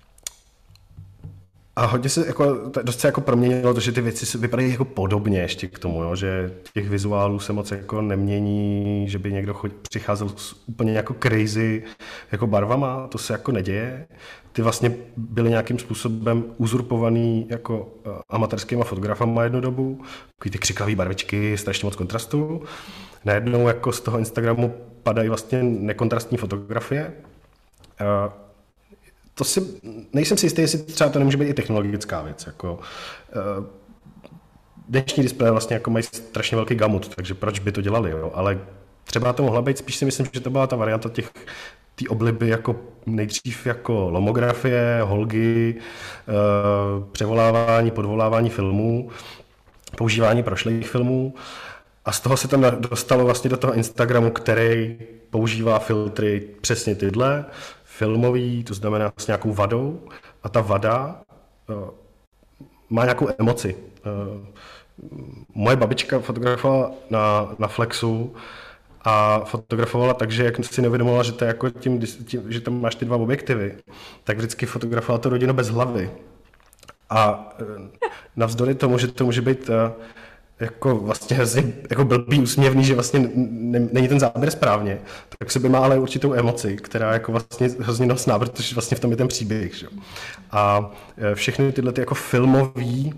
a hodně se jako, dost se jako proměnilo to, že ty věci vypadají jako podobně ještě k tomu, jo, že těch vizuálů se moc jako nemění, že by někdo chod, přicházel s úplně jako crazy jako barvama, to se jako neděje. Ty vlastně byly nějakým způsobem uzurpovaný jako uh, amatérskýma fotografama jednu dobu, takový ty křiklavý barvičky, strašně moc kontrastu. Najednou jako z toho Instagramu padají vlastně nekontrastní fotografie. Uh, To si, nejsem si jistý, jestli třeba to nemůže být i technologická věc. Jako, uh, dnešní displeje vlastně jako mají strašně velký gamut, takže proč by to dělali, jo? Ale třeba to mohla být, spíš si myslím, že to byla ta varianta těch, té obliby jako nejdřív jako lomografie, holgy, převolávání, podvolávání filmů, používání prošlých filmů a z toho se tam dostalo vlastně do toho Instagramu, který používá filtry přesně tyhle, filmový, to znamená s nějakou vadou a ta vada má nějakou emoci. Moje babička fotografovala na, na Flexu a fotografovala tak, že jak si neuvědomovala, že, to je jako tím, tím, že tam máš ty dva objektivy, tak vždycky fotografovala to rodinu bez hlavy. A navzdory tomu, že to může být jako vlastně hrozně jako blbý, úsměvný, že vlastně není ten záběr správně, tak se by má ale určitou emoci, která jako vlastně hrozně nosná, protože vlastně v tom je ten příběh. Že? A všechny tyhle ty jako filmový uh,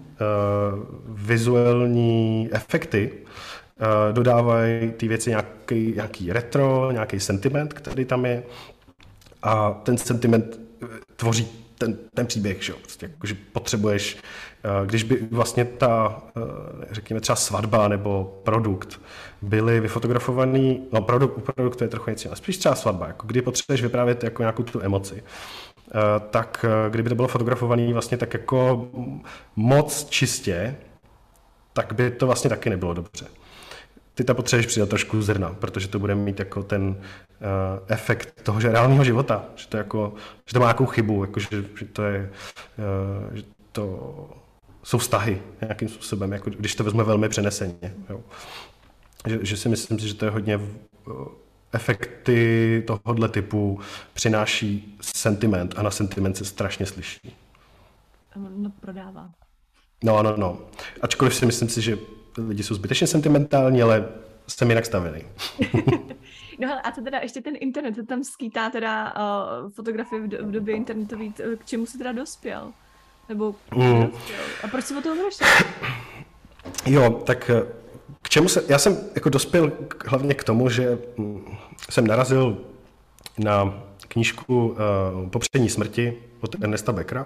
vizuální efekty uh, dodávají ty věci nějaký, nějaký retro, nějaký sentiment, který tam je a ten sentiment tvoří ten, ten příběh, že? Prostě jako, že potřebuješ, když by vlastně ta, řekněme třeba svatba nebo produkt byly vyfotografovaný, no produkt, u produktu je trochu něco, ale spíš třeba svatba, jako kdy potřebuješ vyprávět jako nějakou tu emoci, tak kdyby to bylo fotografované vlastně tak jako moc čistě, tak by to vlastně taky nebylo dobře. Ty tam potřebuješ přidat trošku zrna, protože to bude mít jako ten uh, efekt toho že reálného života, že to, jako, že to má nějakou chybu, jako, že, že to je, uh, že to jsou vztahy nějakým způsobem, jako, když to vezme velmi přeneseně. Jo. Že, že si myslím, že to je hodně uh, efekty tohohle typu přináší sentiment a na sentiment se strašně slyší. No, prodává. No, no, no. Ačkoliv si myslím si, že lidi jsou zbytečně sentimentální, ale jsem jinak stavěný. No hele, a to teda ještě ten internet, to tam skýtá teda uh, fotografie v, do, v době internetový, k čemu jsi teda dospěl? Nebo mm. dospěl? A proč jsi o toho vyšel? Jo, tak k čemu se, já jsem jako dospěl hlavně k tomu, že jsem narazil na knížku uh, Popření smrti od Ernesta Beckera.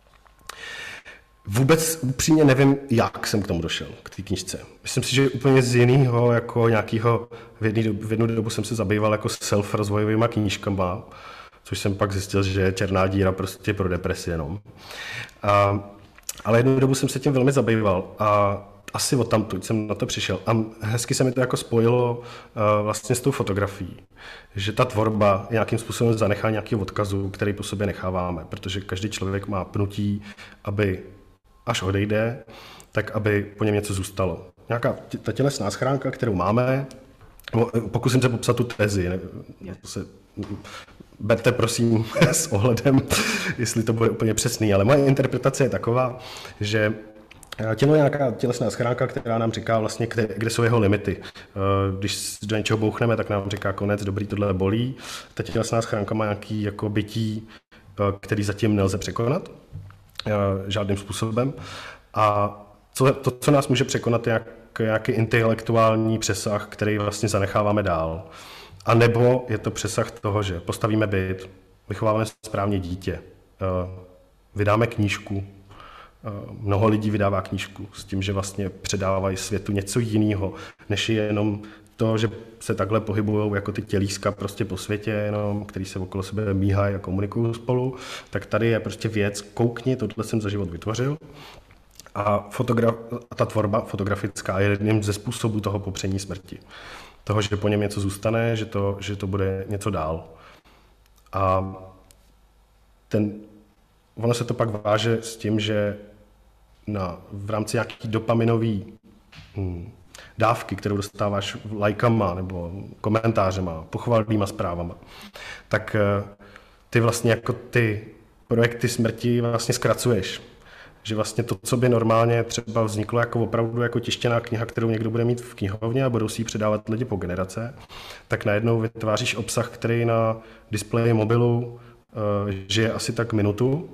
Vůbec upřímně nevím, jak jsem k tomu došel, k té knížce. Myslím si, že úplně z jiného, jako nějakého, v, jedný, v jednu dobu jsem se zabýval jako self-rozvojovýma knížkama, což jsem pak zjistil, že je černá díra prostě pro depresi jenom. A, ale jednu dobu jsem se tím velmi zabýval a asi odtamtud jsem na to přišel. A hezky se mi to jako spojilo uh, vlastně s tou fotografií, že ta tvorba nějakým způsobem zanechá nějaký odkazu, který po sobě necháváme, protože každý člověk má pnutí, aby až odejde, tak aby po něm něco zůstalo. Nějaká ta tělesná schránka, kterou máme, pokusím se popsat tu tezi, ne, se, berte prosím s ohledem, jestli to bude úplně přesný, ale moje interpretace je taková, že tělo je nějaká tělesná schránka, která nám říká vlastně, kde, kde jsou jeho limity. Když do něčeho bouchneme, tak nám říká konec, dobrý, tohle bolí. Ta tělesná schránka má nějaký jako bytí, který zatím nelze překonat žádným způsobem. A co, to, co nás může překonat, je jak, nějaký intelektuální přesah, který vlastně zanecháváme dál. A nebo je to přesah toho, že postavíme byt, vychováváme správně dítě, vydáme knížku, mnoho lidí vydává knížku s tím, že vlastně předávají světu něco jiného, než je jenom to, že se takhle pohybují jako ty tělíska prostě po světě, jenom, který se okolo sebe míhají a komunikují spolu, tak tady je prostě věc, koukni, tohle jsem za život vytvořil. A, fotograf, a ta tvorba fotografická je jedním ze způsobů toho popření smrti. Toho, že po něm něco zůstane, že to, že to bude něco dál. A ten, ono se to pak váže s tím, že na, v rámci nějaký dopaminový hmm, dávky, kterou dostáváš lajkama nebo komentářema, pochvalnýma zprávama, tak ty vlastně jako ty projekty smrti vlastně zkracuješ. Že vlastně to, co by normálně třeba vzniklo jako opravdu jako tištěná kniha, kterou někdo bude mít v knihovně a budou si ji předávat lidi po generace, tak najednou vytváříš obsah, který na displeji mobilu uh, žije asi tak minutu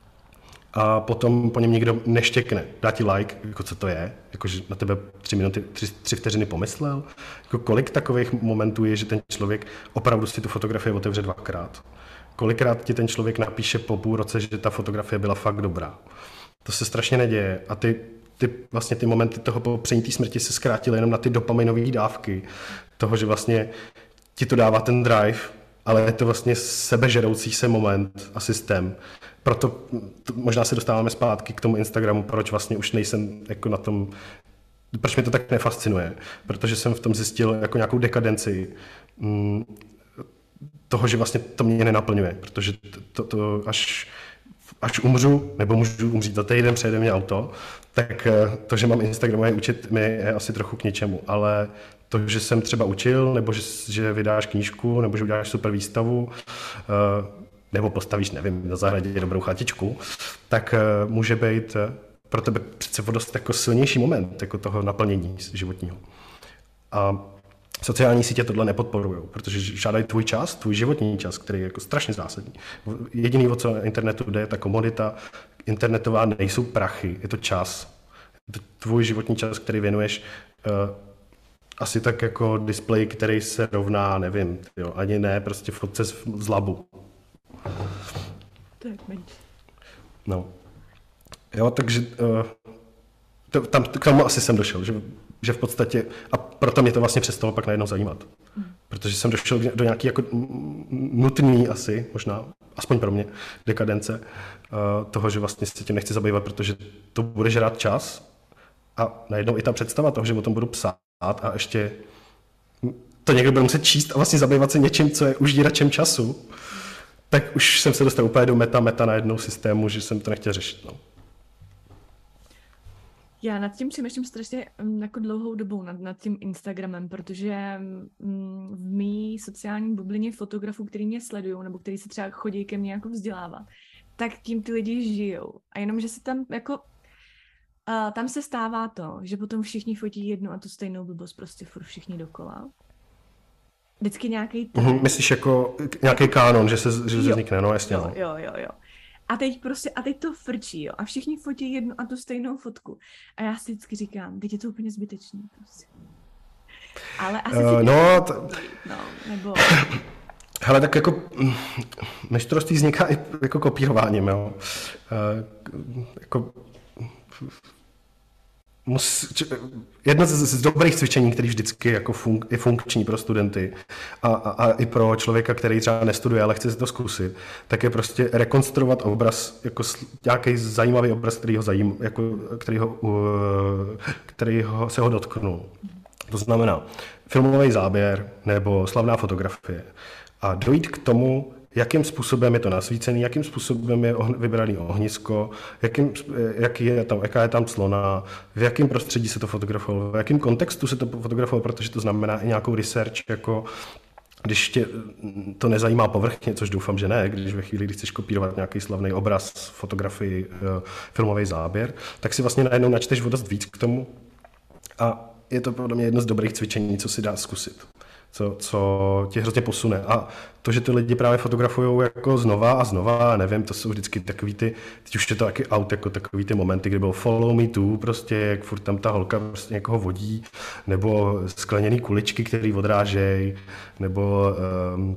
a potom po něm někdo neštěkne, dá ti like, jako co to je, jako že na tebe tři minuty, tři, tři vteřiny pomyslel, jako kolik takových momentů je, že ten člověk opravdu si tu fotografii otevře dvakrát. Kolikrát ti ten člověk napíše po půl roce, že ta fotografie byla fakt dobrá. To se strašně neděje a ty, ty, vlastně ty momenty toho popření té smrti se zkrátily jenom na ty dopaminové dávky toho, že vlastně ti to dává ten drive ale je to vlastně sebežeroucí se moment a systém. Proto to, možná se dostáváme zpátky k tomu Instagramu, proč vlastně už nejsem jako na tom, proč mě to tak nefascinuje, protože jsem v tom zjistil jako nějakou dekadenci mm, toho, že vlastně to mě nenaplňuje, protože to, to, to až, až umřu, nebo můžu umřít za týden, přejede mě auto, tak to, že mám Instagramové účet, mi je asi trochu k ničemu, ale to, že jsem třeba učil, nebo že, že vydáš knížku, nebo že uděláš super výstavu, nebo postavíš, nevím, na zahradě dobrou chatičku, tak může být pro tebe přece dost jako silnější moment jako toho naplnění životního. A sociální sítě tohle nepodporují, protože žádají tvůj čas, tvůj životní čas, který je jako strašně zásadní. Jediný, o co na internetu jde, je ta komodita internetová, nejsou prachy, je to čas. Je to tvůj životní čas, který věnuješ uh, asi tak jako display, který se rovná, nevím, jo, ani ne, prostě fotce z, z labu. To je menší. No. Jo, takže uh, to, tam k tomu asi jsem došel, že, že v podstatě, a proto mě to vlastně přestalo pak najednou zajímat. Mm. Protože jsem došel do nějaký jako nutný asi, možná, aspoň pro mě, dekadence uh, toho, že vlastně se tím nechci zabývat, protože to bude žrát čas a najednou i ta představa toho, že o tom budu psát a ještě to někdo bude muset číst a vlastně zabývat se něčím, co je užíračem času, tak už jsem se dostal úplně do meta, meta na jednou systému, že jsem to nechtěl řešit. No. Já nad tím přemýšlím strašně jako dlouhou dobou, nad, nad tím Instagramem, protože mm, v mý sociální bublině fotografů, který mě sledují, nebo který se třeba chodí ke mně jako vzdělávat, tak tím ty lidi žijou. A jenom, že se tam jako uh, tam se stává to, že potom všichni fotí jednu a tu stejnou blbost, prostě furt všichni dokola. Vždycky nějaký trend. Mm, myslíš jako nějaký kánon, že se že vznikne, no jasně. Jo, jo, jo, jo. A teď prostě, a teď to frčí, jo. A všichni fotí jednu a tu stejnou fotku. A já si vždycky říkám, teď je to úplně zbytečný, prostě. Ale asi uh, si no, t... no, nebo... Hele, tak jako mistrovství vzniká i jako kopírováním, jo. Uh, jako... Mus, č, jedno z, z dobrých cvičení, které vždycky jako fun, je funkční pro studenty a, a, a i pro člověka, který třeba nestuduje, ale chce si to zkusit, tak je prostě rekonstruovat obraz, jako nějaký zajímavý obraz, který ho, zajím, jako, který ho, který ho se ho dotknul. To znamená filmový záběr nebo slavná fotografie a dojít k tomu, jakým způsobem je to nasvícený, jakým způsobem je vybraný ohnisko, jakým, jaký je tam, jaká je tam clona, v jakém prostředí se to fotografovalo, v jakém kontextu se to fotografovalo, protože to znamená i nějakou research, jako když tě to nezajímá povrchně, což doufám, že ne, když ve chvíli, kdy chceš kopírovat nějaký slavný obraz, fotografii, filmový záběr, tak si vlastně najednou načteš o dost víc k tomu a je to podle mě jedno z dobrých cvičení, co si dá zkusit. Co, co tě hrozně posune. A to, že ty lidi právě fotografují jako znova a znova, nevím, to jsou vždycky takový ty, teď už je to taky out, jako takový ty momenty, kdy bylo follow me too, prostě, jak furt tam ta holka prostě někoho vodí, nebo skleněný kuličky, který odrážejí, nebo um,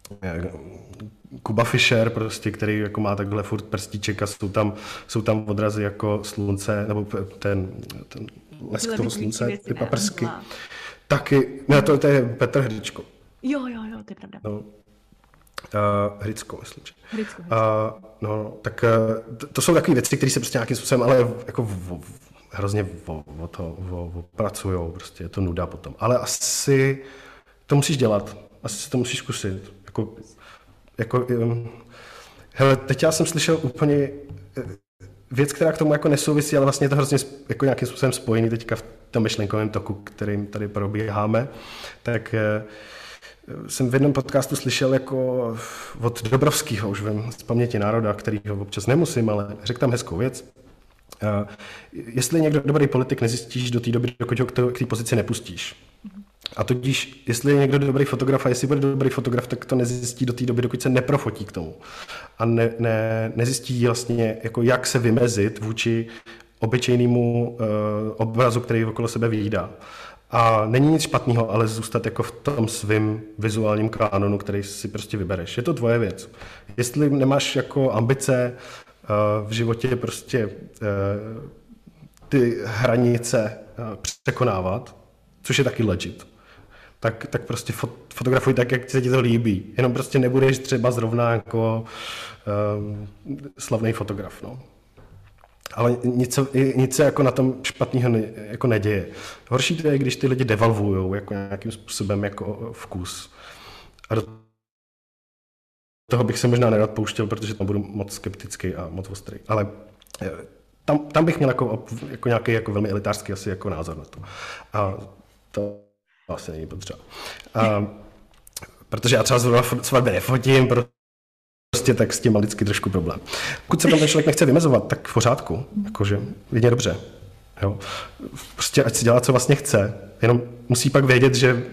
Kuba Fischer, prostě, který jako má takhle furt prstíček a jsou tam, jsou tam odrazy jako slunce, nebo ten, ten lesk toho slunce, ty paprsky. Taky, ne, to, to je Petr Hryčko. Jo, jo, jo, to je pravda. No, uh, Hrycko, myslím. Hrycko, Hrycko. Uh, no, tak uh, to, to jsou takové věci, které se prostě nějakým způsobem, ale jako v, v, hrozně o, o to o, o pracujou, prostě je to nuda potom. Ale asi to musíš dělat, asi si to musíš zkusit. Jako, jako, um, hele, teď já jsem slyšel úplně věc, která k tomu jako nesouvisí, ale vlastně je to hrozně jako nějakým způsobem spojený teďka v tom myšlenkovém toku, kterým tady probíháme, tak eh, jsem v jednom podcastu slyšel jako od Dobrovského, už vím z paměti národa, kterýho občas nemusím, ale řekl tam hezkou věc. Eh, jestli je někdo dobrý politik, nezjistíš do té doby, dokud ho k té pozici nepustíš. A tudíž, jestli je někdo dobrý fotograf a jestli bude dobrý fotograf, tak to nezjistí do té doby, dokud se neprofotí k tomu. A ne, ne, nezjistí vlastně, jako jak se vymezit vůči obyčejnému uh, obrazu, který okolo sebe vyjídá. A není nic špatného, ale zůstat jako v tom svým vizuálním kanonu, který si prostě vybereš. Je to tvoje věc. Jestli nemáš jako ambice uh, v životě prostě uh, ty hranice uh, překonávat, což je taky legit, tak, tak prostě fot, fotografuj tak, jak se ti to líbí. Jenom prostě nebudeš třeba zrovna jako um, slavný fotograf, no. Ale nic, nic se jako na tom špatného ne, jako neděje. Horší to je, když ty lidi devalvujou jako nějakým způsobem jako vkus. A do toho bych se možná nerad pouštěl, protože tam budu moc skeptický a moc ostrý. Ale tam, tam bych měl jako, jako nějaký jako velmi elitářský asi jako názor na to. A to asi není potřeba. A, protože já třeba zrovna svatby nefotím, prostě tak s tím má vždycky trošku problém. Pokud se tam ten člověk nechce vymezovat, tak v pořádku, jakože jedině dobře. Jo. Prostě ať si dělá, co vlastně chce, jenom musí pak vědět, že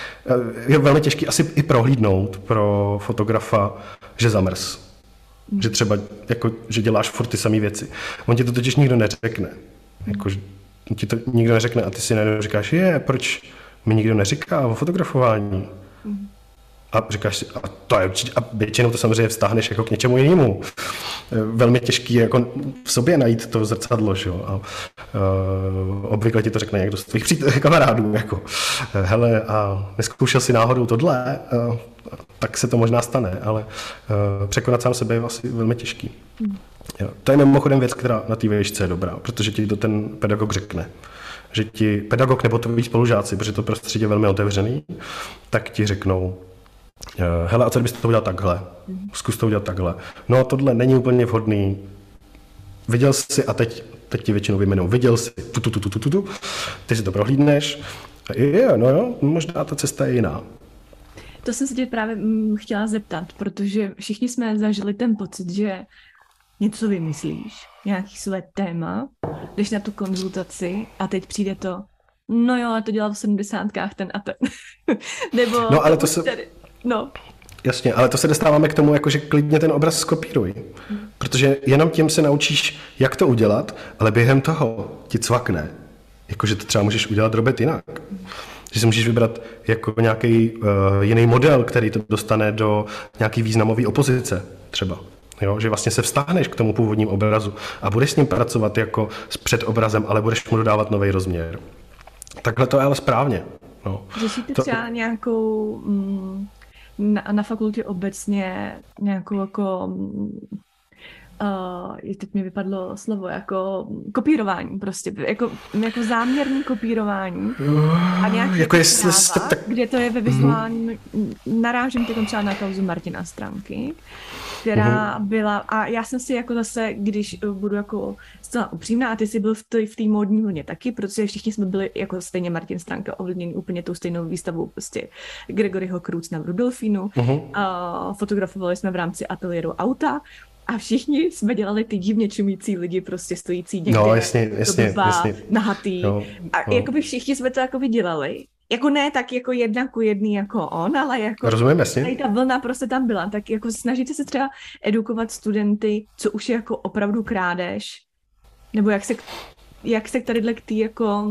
je velmi těžký asi i prohlídnout pro fotografa, že zamrz. Mm. Že třeba, jako, že děláš furt ty samé věci. On ti to totiž nikdo neřekne. Jako, ti to nikdo neřekne a ty si najednou říkáš, je, proč mi nikdo neříká o fotografování? Mm. A říkáš si, a to je určitě, a většinou to samozřejmě vztáhneš jako k něčemu jinému. Velmi těžký je jako v sobě najít to zrcadlo, že jo. A, uh, obvykle ti to řekne někdo z tvých přít- kamarádů, jako, hele, a neskoušel si náhodou tohle, uh, tak se to možná stane, ale uh, překonat sám sebe je asi velmi těžký. Hmm. Jo. To je mimochodem věc, která na té výšce je dobrá, protože ti to ten pedagog řekne. Že ti pedagog nebo tvoji spolužáci, protože to prostředí je velmi otevřený, tak ti řeknou, hele, a co kdybyste to udělal takhle? Zkus to udělat takhle. No, tohle není úplně vhodný. Viděl jsi, a teď, teď ti většinou vyjmenou, viděl jsi, tu, tu, tu, tu, tu, tu, ty si to prohlídneš. Je, no jo, možná ta cesta je jiná. To jsem se tě právě mm, chtěla zeptat, protože všichni jsme zažili ten pocit, že něco vymyslíš, nějaký své téma, jdeš na tu konzultaci a teď přijde to, no jo, ale to dělal v sedmdesátkách ten a ten. Nebo no, ale to se... tady. No. Jasně, ale to se dostáváme k tomu, jako, že klidně ten obraz skopíruj. Hmm. Protože jenom tím se naučíš, jak to udělat, ale během toho ti cvakne. Jakože to třeba můžeš udělat robit jinak. Hmm. Že si můžeš vybrat jako nějaký uh, jiný model, který to dostane do nějaký významové opozice třeba. Jo? Že vlastně se vztáhneš k tomu původnímu obrazu a budeš s ním pracovat jako s předobrazem, ale budeš mu dodávat nový rozměr. Takhle to je ale správně. No. Řešíte to... třeba nějakou... Mm... Na, na fakultě obecně nějakou jako, uh, teď mi vypadlo slovo, jako kopírování prostě, jako, jako záměrný kopírování a nějaký jako jestli jste tak... kde to je ve vizuálním, mm-hmm. narážím teď třeba na kauzu Martina Stránky, která mm-hmm. byla, a já jsem si jako zase, když budu jako zcela upřímná, a ty jsi byl v té v té módní vlně taky, protože všichni jsme byli jako stejně Martin Stránka ovlivněni úplně tou stejnou výstavou prostě Gregoryho Creutzna v Rudolfínu. Mm-hmm. A fotografovali jsme v rámci ateliéru auta a všichni jsme dělali ty divně čumící lidi, prostě stojící někde, no, jasně, jasně, jasně. nahatý. No, a no. jakoby všichni jsme to jako dělali. Jako ne tak jako jedna ku jedný jako on, ale jako rozumím, jasně. Ta vlna prostě tam byla, tak jako snažíte se třeba edukovat studenty, co už je jako opravdu krádež, nebo jak se, jak se tadyhle k tý jako...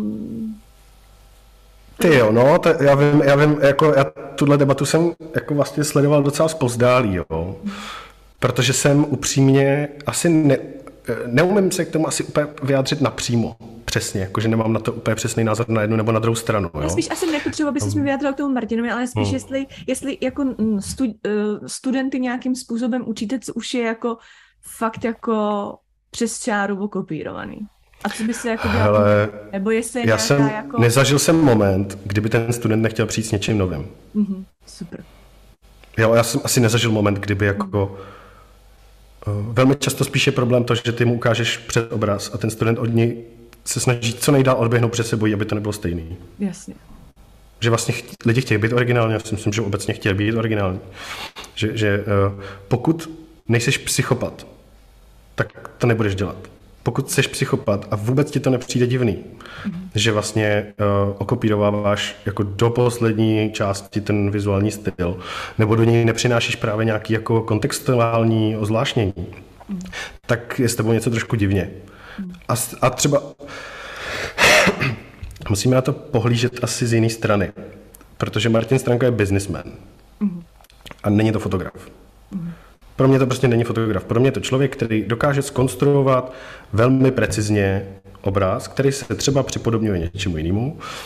Ty jo, no, to já vím, já vím, jako já tuhle debatu jsem jako vlastně sledoval docela zpozdálí, jo, protože jsem upřímně asi ne, neumím se k tomu asi úplně vyjádřit napřímo. Přesně, jakože nemám na to úplně přesný názor na jednu nebo na druhou stranu. Jo? Já spíš asi nepotřeba, aby se mi vyjádřil k tomu Martinovi, ale spíš hmm. jestli, jestli jako stu, studenty nějakým způsobem učíte, co už je jako fakt jako přes čáru okopírovaný. A co by se jako dělal? Hele, nebo jestli já nějaká jsem, jako... nezažil jsem moment, kdyby ten student nechtěl přijít s něčím novým. Mm-hmm, super. Jo, já jsem asi nezažil moment, kdyby jako... Mm. Velmi často spíš je problém to, že ty mu ukážeš před obraz a ten student od něj se snaží co nejdál odběhnout před sebou, aby to nebylo stejný. Jasně. Že vlastně chtě, lidi chtějí být originální, já si myslím, že obecně chtějí být originální. Že, že uh, pokud nejseš psychopat, tak to nebudeš dělat. Pokud jsi psychopat a vůbec ti to nepřijde divný, mm-hmm. že vlastně uh, okopírováváš jako do poslední části ten vizuální styl, nebo do něj nepřinášíš právě nějaký jako kontextuální ozvláštnění, mm-hmm. tak je s tebou něco trošku divně. Mm-hmm. A, a třeba musíme na to pohlížet asi z jiné strany, protože Martin Stránka je businessman mm-hmm. a není to fotograf. Mm-hmm. Pro mě to prostě není fotograf. Pro mě je to člověk, který dokáže zkonstruovat velmi precizně obraz, který se třeba připodobňuje něčemu jinému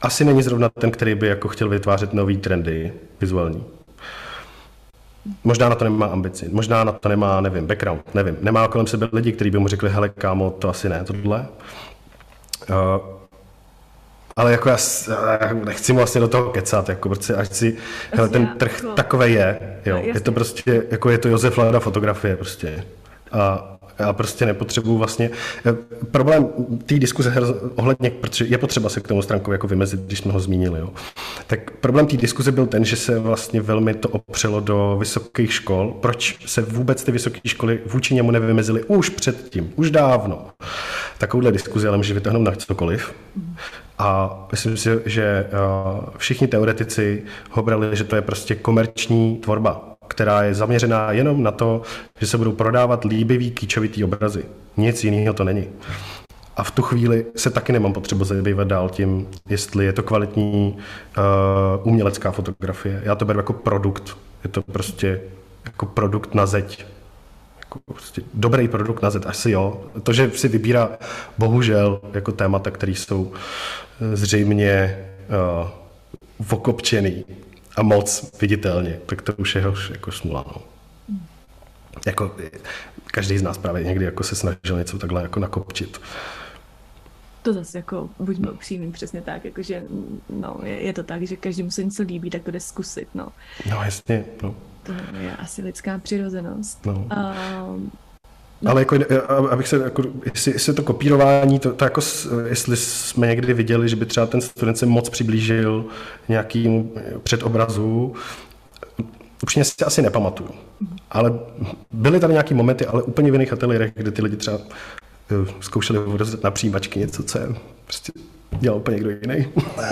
asi není zrovna ten, který by jako chtěl vytvářet nový trendy vizuální. Možná na to nemá ambici, možná na to nemá, nevím, background, nevím. Nemá kolem sebe lidi, kteří by mu řekli, hele kámo, to asi ne, tohle. Uh, ale jako já, já nechci mu vlastně do toho kecat, jako protože až si, hele, ten trh jako... takovej je, jo. No, je to prostě, jako je to Josef Lada fotografie prostě. A já prostě nepotřebuju vlastně, problém té diskuze ohledně, protože je potřeba se k tomu Stránkovi jako vymezit, když jsme ho zmínili, jo. Tak problém té diskuze byl ten, že se vlastně velmi to opřelo do vysokých škol. Proč se vůbec ty vysoké školy vůči němu nevymezily už předtím, už dávno. Takovouhle diskuzi ale může vytáhnout na cokoliv. A myslím si, že všichni teoretici ho brali, že to je prostě komerční tvorba, která je zaměřená jenom na to, že se budou prodávat líbivý, kýčovitý obrazy. Nic jiného to není. A v tu chvíli se taky nemám potřebu zabývat dál tím, jestli je to kvalitní uh, umělecká fotografie. Já to beru jako produkt. Je to prostě jako produkt na zeď. Jako prostě dobrý produkt na zeď, asi jo. To, že si vybírá bohužel jako témata, které jsou zřejmě uh, okopčený a moc viditelně, tak to už je jako smůla. No. Jako, každý z nás právě někdy jako se snažil něco takhle jako nakopčit. To zase jako, buďme upřímní, přesně tak, jakože, no, je, je to tak, že každému se něco líbí, tak to jde zkusit, no. No jasně, no. To je asi lidská přirozenost. No. Um, No. Ale jako, abych se, jako, jestli, jestli to kopírování, to, to jako, jestli jsme někdy viděli, že by třeba ten student se moc přiblížil nějakým předobrazu, upřímně si asi nepamatuju. Ale byly tady nějaký momenty, ale úplně v jiných ateliérech, kde ty lidi třeba zkoušeli odevzat na přijímačky něco, co je prostě dělal úplně někdo jiný.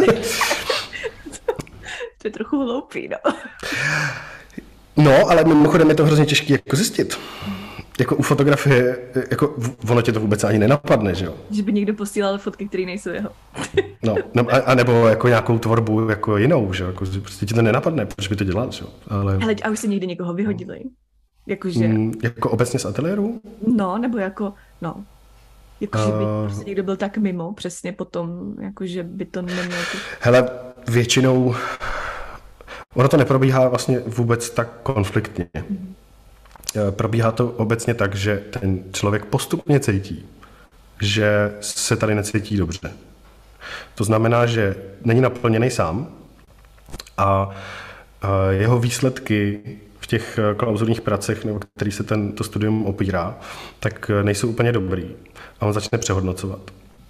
To je trochu hloupý, no. No, ale mimochodem je to hrozně těžké jako zjistit. Jako u fotografie, jako ono tě to vůbec ani nenapadne, že jo? Že by někdo posílal fotky, které nejsou jeho. No, no a, a nebo jako nějakou tvorbu jako jinou, že jo? Jako, prostě ti to nenapadne, proč by to dělal, že jo? Ale... Ale a už se někdy někoho vyhodili? Jakože... Mm, jako obecně z ateliéru? No, nebo jako, no. Jakože by uh... prostě někdo byl tak mimo, přesně potom, jakože by to nemělo... Ty... Hele, většinou... Ono to neprobíhá vlastně vůbec tak konfliktně. Mm. Probíhá to obecně tak, že ten člověk postupně cítí, že se tady necítí dobře. To znamená, že není naplněný sám a jeho výsledky v těch klauzurních pracech, nebo který se ten, to studium opírá, tak nejsou úplně dobrý. A on začne přehodnocovat.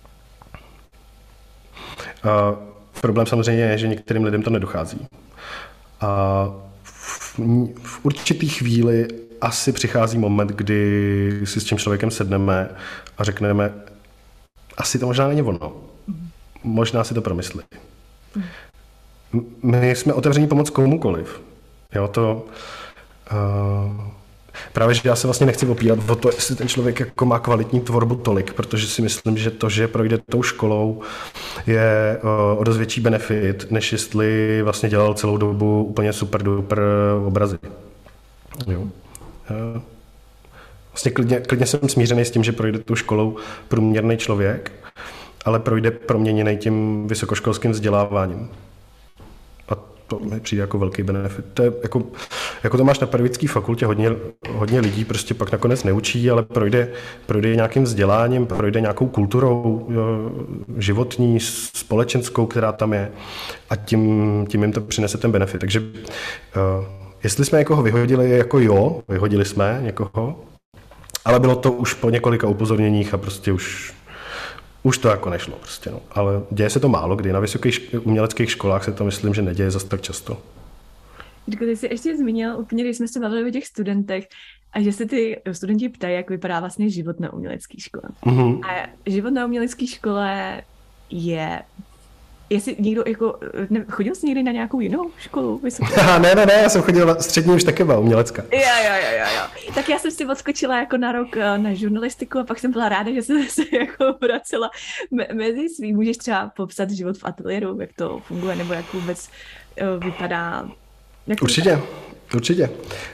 A problém samozřejmě je, že některým lidem to nedochází. A v, v určitý chvíli asi přichází moment, kdy si s tím člověkem sedneme a řekneme, asi to možná není ono. Možná si to promyslí. My jsme otevření pomoct komukoliv. Jo, to... Uh, právě, že já se vlastně nechci opírat o to, jestli ten člověk jako má kvalitní tvorbu tolik, protože si myslím, že to, že projde tou školou, je uh, o dost větší benefit, než jestli vlastně dělal celou dobu úplně super duper obrazy. Jo. Vlastně klidně, klidně jsem smířený s tím, že projde tu školou průměrný člověk, ale projde proměněný tím vysokoškolským vzděláváním. A to mi přijde jako velký benefit. To je jako, jako to máš na pedagogické fakultě, hodně, hodně lidí prostě pak nakonec neučí, ale projde, projde nějakým vzděláním, projde nějakou kulturou životní, společenskou, která tam je a tím, tím jim to přinese ten benefit. Takže uh, jestli jsme někoho vyhodili, jako jo, vyhodili jsme někoho, ale bylo to už po několika upozorněních a prostě už, už to jako nešlo. Prostě, no. Ale děje se to málo kdy. Na vysokých uměleckých školách se to myslím, že neděje zase tak často. Jirko, ty jsi ještě zmínil úplně, když jsme se bavili o těch studentech a že se ty studenti ptají, jak vypadá vlastně život na umělecké škole. Mm-hmm. A život na umělecké škole je... Jestli někdo jako, ne, chodil jsi někdy na nějakou jinou školu vysokou? ne, ne, ne, já jsem chodil na střední už taky byla umělecká. Jo, jo, jo, jo, jo. Tak já jsem si odskočila jako na rok na žurnalistiku a pak jsem byla ráda, že jsem se jako vracela me- mezi svým. Můžeš třeba popsat život v ateliéru, jak to funguje, nebo jak vůbec uh, vypadá? Jak určitě, vypadá? určitě.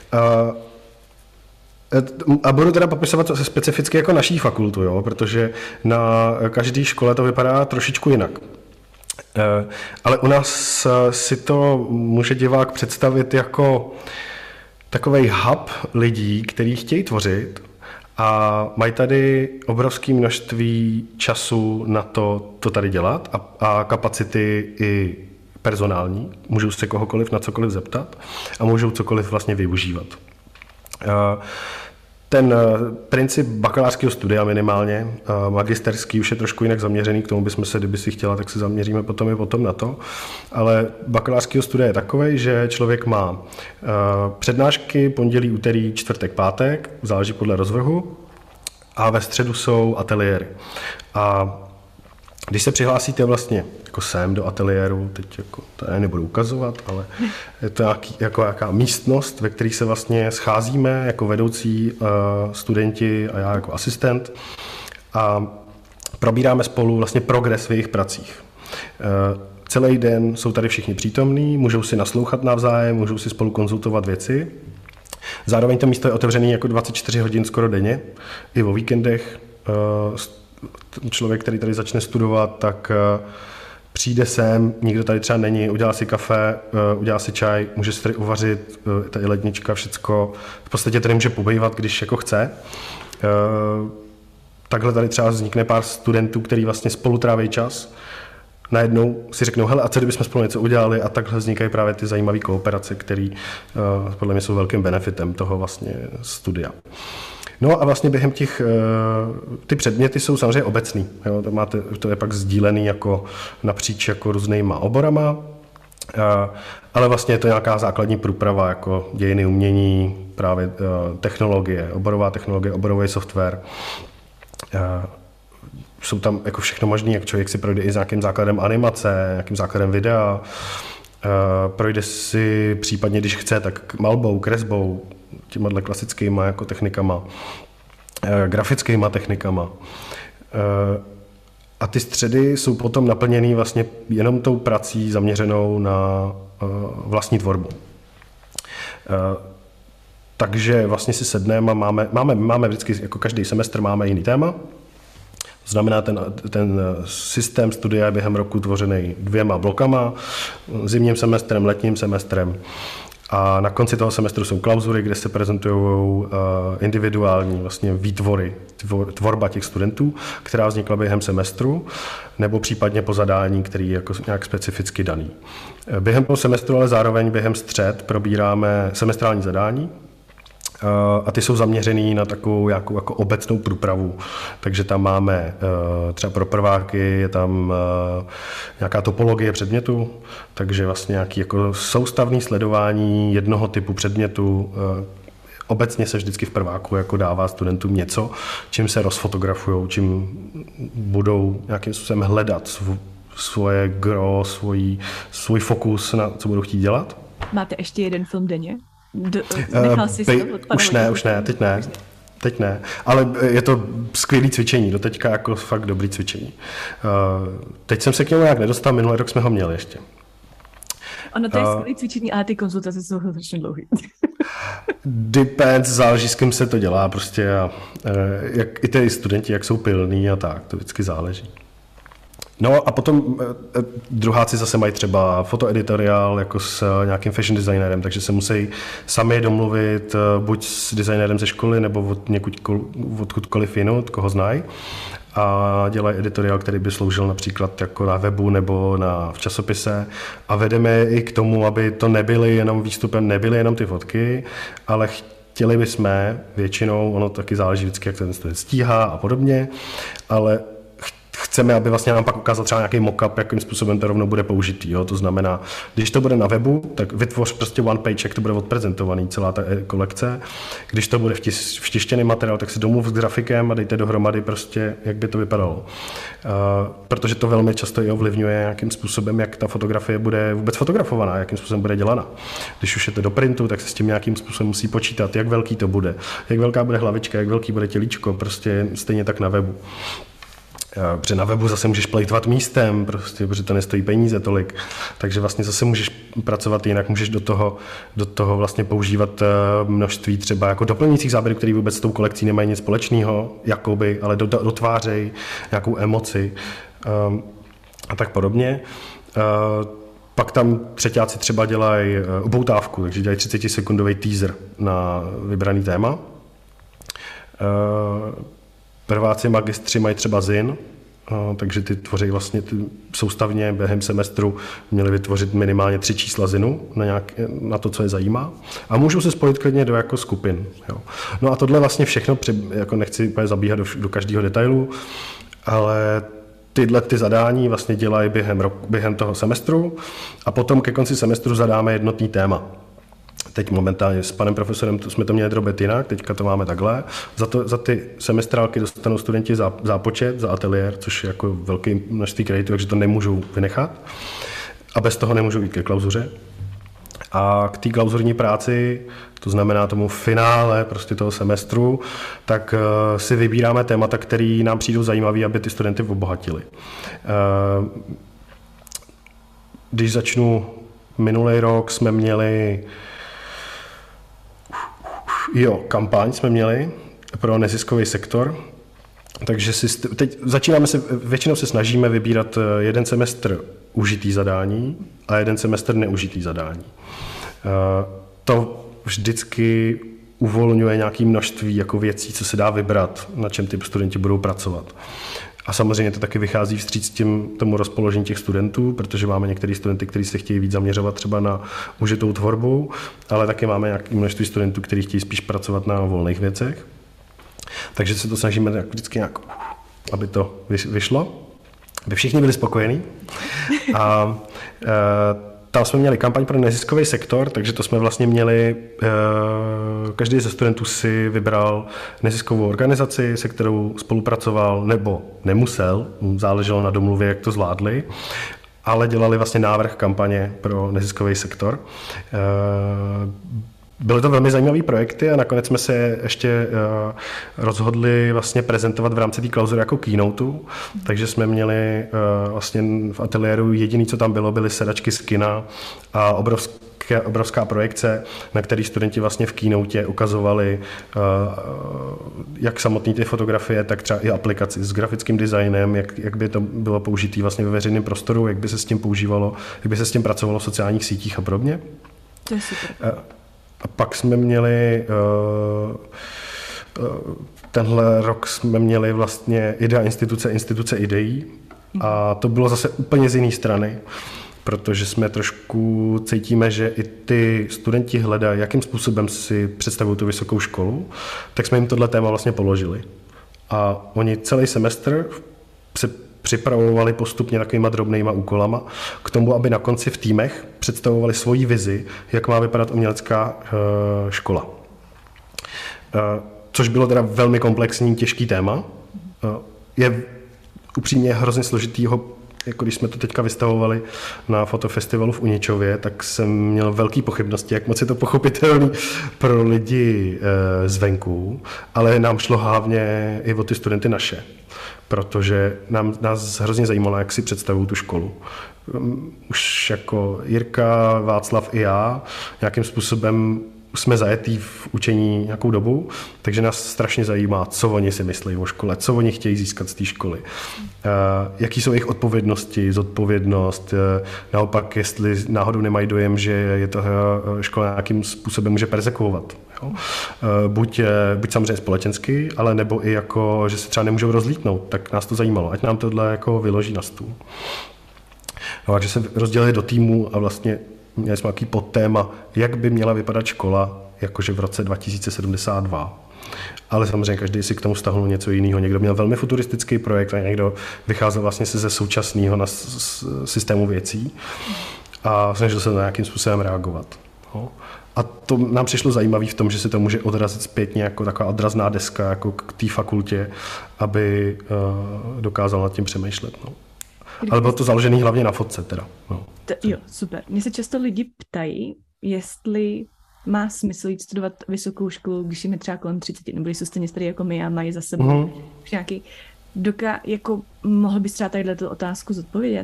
Uh, A budu teda popisovat specificky jako naší fakultu, jo, protože na každé škole to vypadá trošičku jinak. Ale u nás si to může divák představit jako takovej hub lidí, kteří chtějí tvořit a mají tady obrovské množství času na to, to tady dělat a, a kapacity i personální. Můžou se kohokoliv na cokoliv zeptat a můžou cokoliv vlastně využívat. Ten princip bakalářského studia minimálně, magisterský už je trošku jinak zaměřený, k tomu bychom se, kdyby si chtěla, tak se zaměříme potom i potom na to, ale bakalářského studia je takovej, že člověk má přednášky pondělí, úterý, čtvrtek, pátek, záleží podle rozvrhu, a ve středu jsou ateliéry. A když se přihlásíte vlastně jako sem do ateliéru, teď jako to já nebudu ukazovat, ale je to nějaký, jako nějaká místnost, ve které se vlastně scházíme jako vedoucí uh, studenti a já jako asistent a probíráme spolu vlastně progres v jejich pracích. Uh, celý den jsou tady všichni přítomní, můžou si naslouchat navzájem, můžou si spolu konzultovat věci. Zároveň to místo je otevřené jako dvacet čtyři hodin skoro denně, i o víkendech. Uh, Člověk, který tady začne studovat, tak přijde sem, nikdo tady třeba není, udělá si kafe, udělá si čaj, může si tady uvařit, tady lednička, všecko. V podstatě tady může pobývat, když jako chce. Takhle tady třeba vznikne pár studentů, který vlastně spolu tráví čas. Najednou si řeknou, hele, a co kdybychom spolu něco udělali, a takhle vznikají právě ty zajímavé kooperace, které podle mě jsou velkým benefitem toho vlastně studia. No a vlastně během těch, ty předměty jsou samozřejmě obecný. Jo, to, máte, to je pak sdílený jako napříč jako různýma oborama, ale vlastně je to nějaká základní průprava jako dějiny umění, právě technologie, oborová technologie, oborový software. Jsou tam jako všechno možné, jak člověk si projde i s nějakým základem animace, nějakým základem videa, projde si případně, když chce, tak malbou, kresbou, těma klasickýma jako technikama, grafickýma technikama. A ty středy jsou potom naplněný vlastně jenom tou prací zaměřenou na vlastní tvorbu. Takže vlastně si sedneme a máme, máme, máme vždycky, jako každý semestr máme jiný téma. To znamená, ten, ten systém studia je během roku tvořený dvěma blokama, zimním semestrem, letním semestrem. A na konci toho semestru jsou klauzury, kde se prezentují individuální vlastně výtvory, tvorba těch studentů, která vznikla během semestru, nebo případně po zadání, který je jako nějak specificky daný. Během toho semestru, ale zároveň během střed probíráme semestrální zadání, a ty jsou zaměřený na takovou jako, jako obecnou průpravu. Takže tam máme třeba pro prváky, je tam nějaká topologie předmětu, takže vlastně nějaký jako soustavný sledování jednoho typu předmětu. Obecně se vždycky v prváku jako dává studentům něco, čím se rozfotografujou, čím budou nějakým způsobem hledat svoje gro, svůj, svůj fokus na co budou chtít dělat. Máte ještě jeden film denně? D- nechal jsi uh, už ne, už ne, teď ne. Teď ne, ale je to skvělé cvičení, doteďka jako fakt dobrý cvičení. Uh, teď jsem se k němu nějak nedostal, minulý rok jsme ho měli ještě. Ono to je uh, skvělé cvičení, ale ty konzultace jsou strašně dlouhé. Depends, záleží, s kým se to dělá prostě a uh, jak, i ty studenti, jak jsou pilní a tak, to vždycky záleží. No a potom druháci zase mají třeba fotoeditoriál jako s nějakým fashion designerem, takže se musí sami domluvit buď s designérem ze školy nebo od někud, odkudkoliv jinut, koho znají. A dělají editoriál, který by sloužil například jako na webu nebo na, v časopise. A vedeme i k tomu, aby to nebyly jenom výstupem, nebyly jenom ty fotky, ale chtěli bychom většinou, ono taky záleží vždycky, jak ten student stíhá a podobně, ale chceme, aby vlastně nám pak ukázal třeba nějaký mock-up, jakým způsobem to rovnou bude použitý. Jo? To znamená, když to bude na webu, tak vytvoř prostě one page, jak to bude odprezentovaný, celá ta kolekce. Když to bude vtis, vtištěný materiál, tak se domluv s grafikem a dejte dohromady prostě, jak by to vypadalo. Uh, protože to velmi často i ovlivňuje nějakým způsobem, jak ta fotografie bude vůbec fotografovaná, jakým způsobem bude dělána. Když už je to do printu, tak se s tím nějakým způsobem musí počítat, jak velký to bude, jak velká bude hlavička, jak velký bude tělíčko, prostě stejně tak na webu. Protože na webu zase můžeš plejtovat místem, prostě, protože to nestojí peníze tolik, takže vlastně zase můžeš pracovat jinak, můžeš do toho, do toho vlastně používat množství třeba jako doplňujících záběrů, které vůbec s tou kolekcí nemají nic společného, jakoby, ale dotvářejí nějakou emoci. a tak podobně. Pak tam třeťáci třeba dělají upoutávku, takže dělají třicetisekundový teaser na vybraný téma. Prváci magistři mají třeba zin, takže ty tvoří vlastně ty soustavně během semestru měli vytvořit minimálně tři čísla zinu na, nějak, na to, co je zajímá. A můžou se spojit klidně do jako skupin. Jo. No a tohle vlastně všechno, jako nechci úplně zabíhat do, do každého detailu, ale tyhle ty zadání vlastně dělají během, roku, během toho semestru a potom ke konci semestru zadáme jednotný téma. Teď momentálně s panem profesorem to jsme to měli drobet jinak, teďka to máme takhle. Za, to, za ty semestrálky dostanou studenti zá, zápočet za ateliér, což je jako velké množství kreditů, takže to nemůžou vynechat. A bez toho nemůžou jít ke klauzuře. A k té klauzurní práci, to znamená tomu finále prostě toho semestru, tak uh, si vybíráme témata, které nám přijdou zajímavé, aby ty studenty obohatili. Uh, když začnu minulý rok, jsme měli Jo, kampaň jsme měli pro neziskový sektor, takže si, teď začínáme se, většinou se snažíme vybírat jeden semestr užitý zadání a jeden semestr neužitý zadání. To vždycky uvolňuje nějaké množství jako věcí, co se dá vybrat, na čem ty studenti budou pracovat. A samozřejmě to taky vychází vstříc tím, tomu rozpoložení těch studentů, protože máme některé studenty, kteří se chtějí víc zaměřovat třeba na užitou tvorbu, ale taky máme nějaké množství studentů, kteří chtějí spíš pracovat na volných věcech. Takže se to snažíme vždycky nějak, aby to vyšlo, aby všichni byli spokojení. A e, tam jsme měli kampaň pro neziskový sektor, takže to jsme vlastně měli, každý ze studentů si vybral neziskovou organizaci, se kterou spolupracoval nebo nemusel, záleželo na domluvě, jak to zvládli, ale dělali vlastně návrh kampaně pro neziskový sektor. Byly to velmi zajímavé projekty a nakonec jsme se ještě rozhodli vlastně prezentovat v rámci té klauzury jako keynoteu, takže jsme měli vlastně v ateliéru jediné, co tam bylo, byly sedačky z kina a obrovské, obrovská projekce, na který studenti vlastně v keynote ukazovali jak samotné ty fotografie, tak třeba i aplikaci s grafickým designem, jak, jak by to bylo použité vlastně ve veřejném prostoru, jak by se s tím používalo, jak by se s tím pracovalo v sociálních sítích a podobně. To je super. A pak jsme měli, tenhle rok jsme měli vlastně Idea instituce, instituce ideí a to bylo zase úplně z jiné strany, protože jsme trošku cítíme, že i ty studenti hledají, jakým způsobem si představují tu vysokou školu, tak jsme jim tohle téma vlastně položili. A oni celý semestr se připravovali postupně takovýma drobnýma úkolama k tomu, aby na konci v týmech představovali svoji vizi, jak má vypadat umělecká uh, škola. Uh, což bylo teda velmi komplexní, těžký téma. Uh, je upřímně hrozně složitýho, jako když jsme to teďka vystavovali na fotofestivalu v Uničově, tak jsem měl velké pochybnosti, jak moc je to pochopitelné pro lidi uh, zvenku, ale nám šlo hlavně i o ty studenty naše. Protože nám, nás hrozně zajímalo, jak si představují tu školu. Už jako Jirka, Václav i já nějakým způsobem jsme zajetí v učení nějakou dobu, takže nás strašně zajímá, co oni si myslí o škole, co oni chtějí získat z té školy, jaký jsou jejich odpovědnosti, zodpovědnost, naopak, jestli náhodou nemají dojem, že je ta škola nějakým způsobem může perzekuovat. Jo? Buď, buď samozřejmě společensky, ale nebo i jako, že se třeba nemůžou rozlítnout, tak nás to zajímalo, ať nám tohle jako vyloží na stůl. No, takže se rozdělili do týmu a vlastně měli jsme nějaký podtéma, jak by měla vypadat škola, jakože v roce dva tisíce sedmdesát dva. Ale samozřejmě každý si k tomu vztahnul něco jiného. Někdo měl velmi futuristický projekt a někdo vycházel vlastně se ze současného na systému věcí a snažil se na nějakým způsobem reagovat. No. A to nám přišlo zajímavé v tom, že se to může odrazit zpětně jako taková odrazná deska jako k té fakultě, aby uh, dokázal nad tím přemýšlet. No. Ale bylo to založené hlavně na fotce teda. No. To, jo, super. Mně se často lidi ptají, jestli má smysl jít studovat vysokou školu, když jim je třeba kolem třicet, nebo jsou stejně starý jako my a mají za sebou mm-hmm. nějaký... Doka, jako mohl bys třeba tadyhle tu otázku zodpovědět?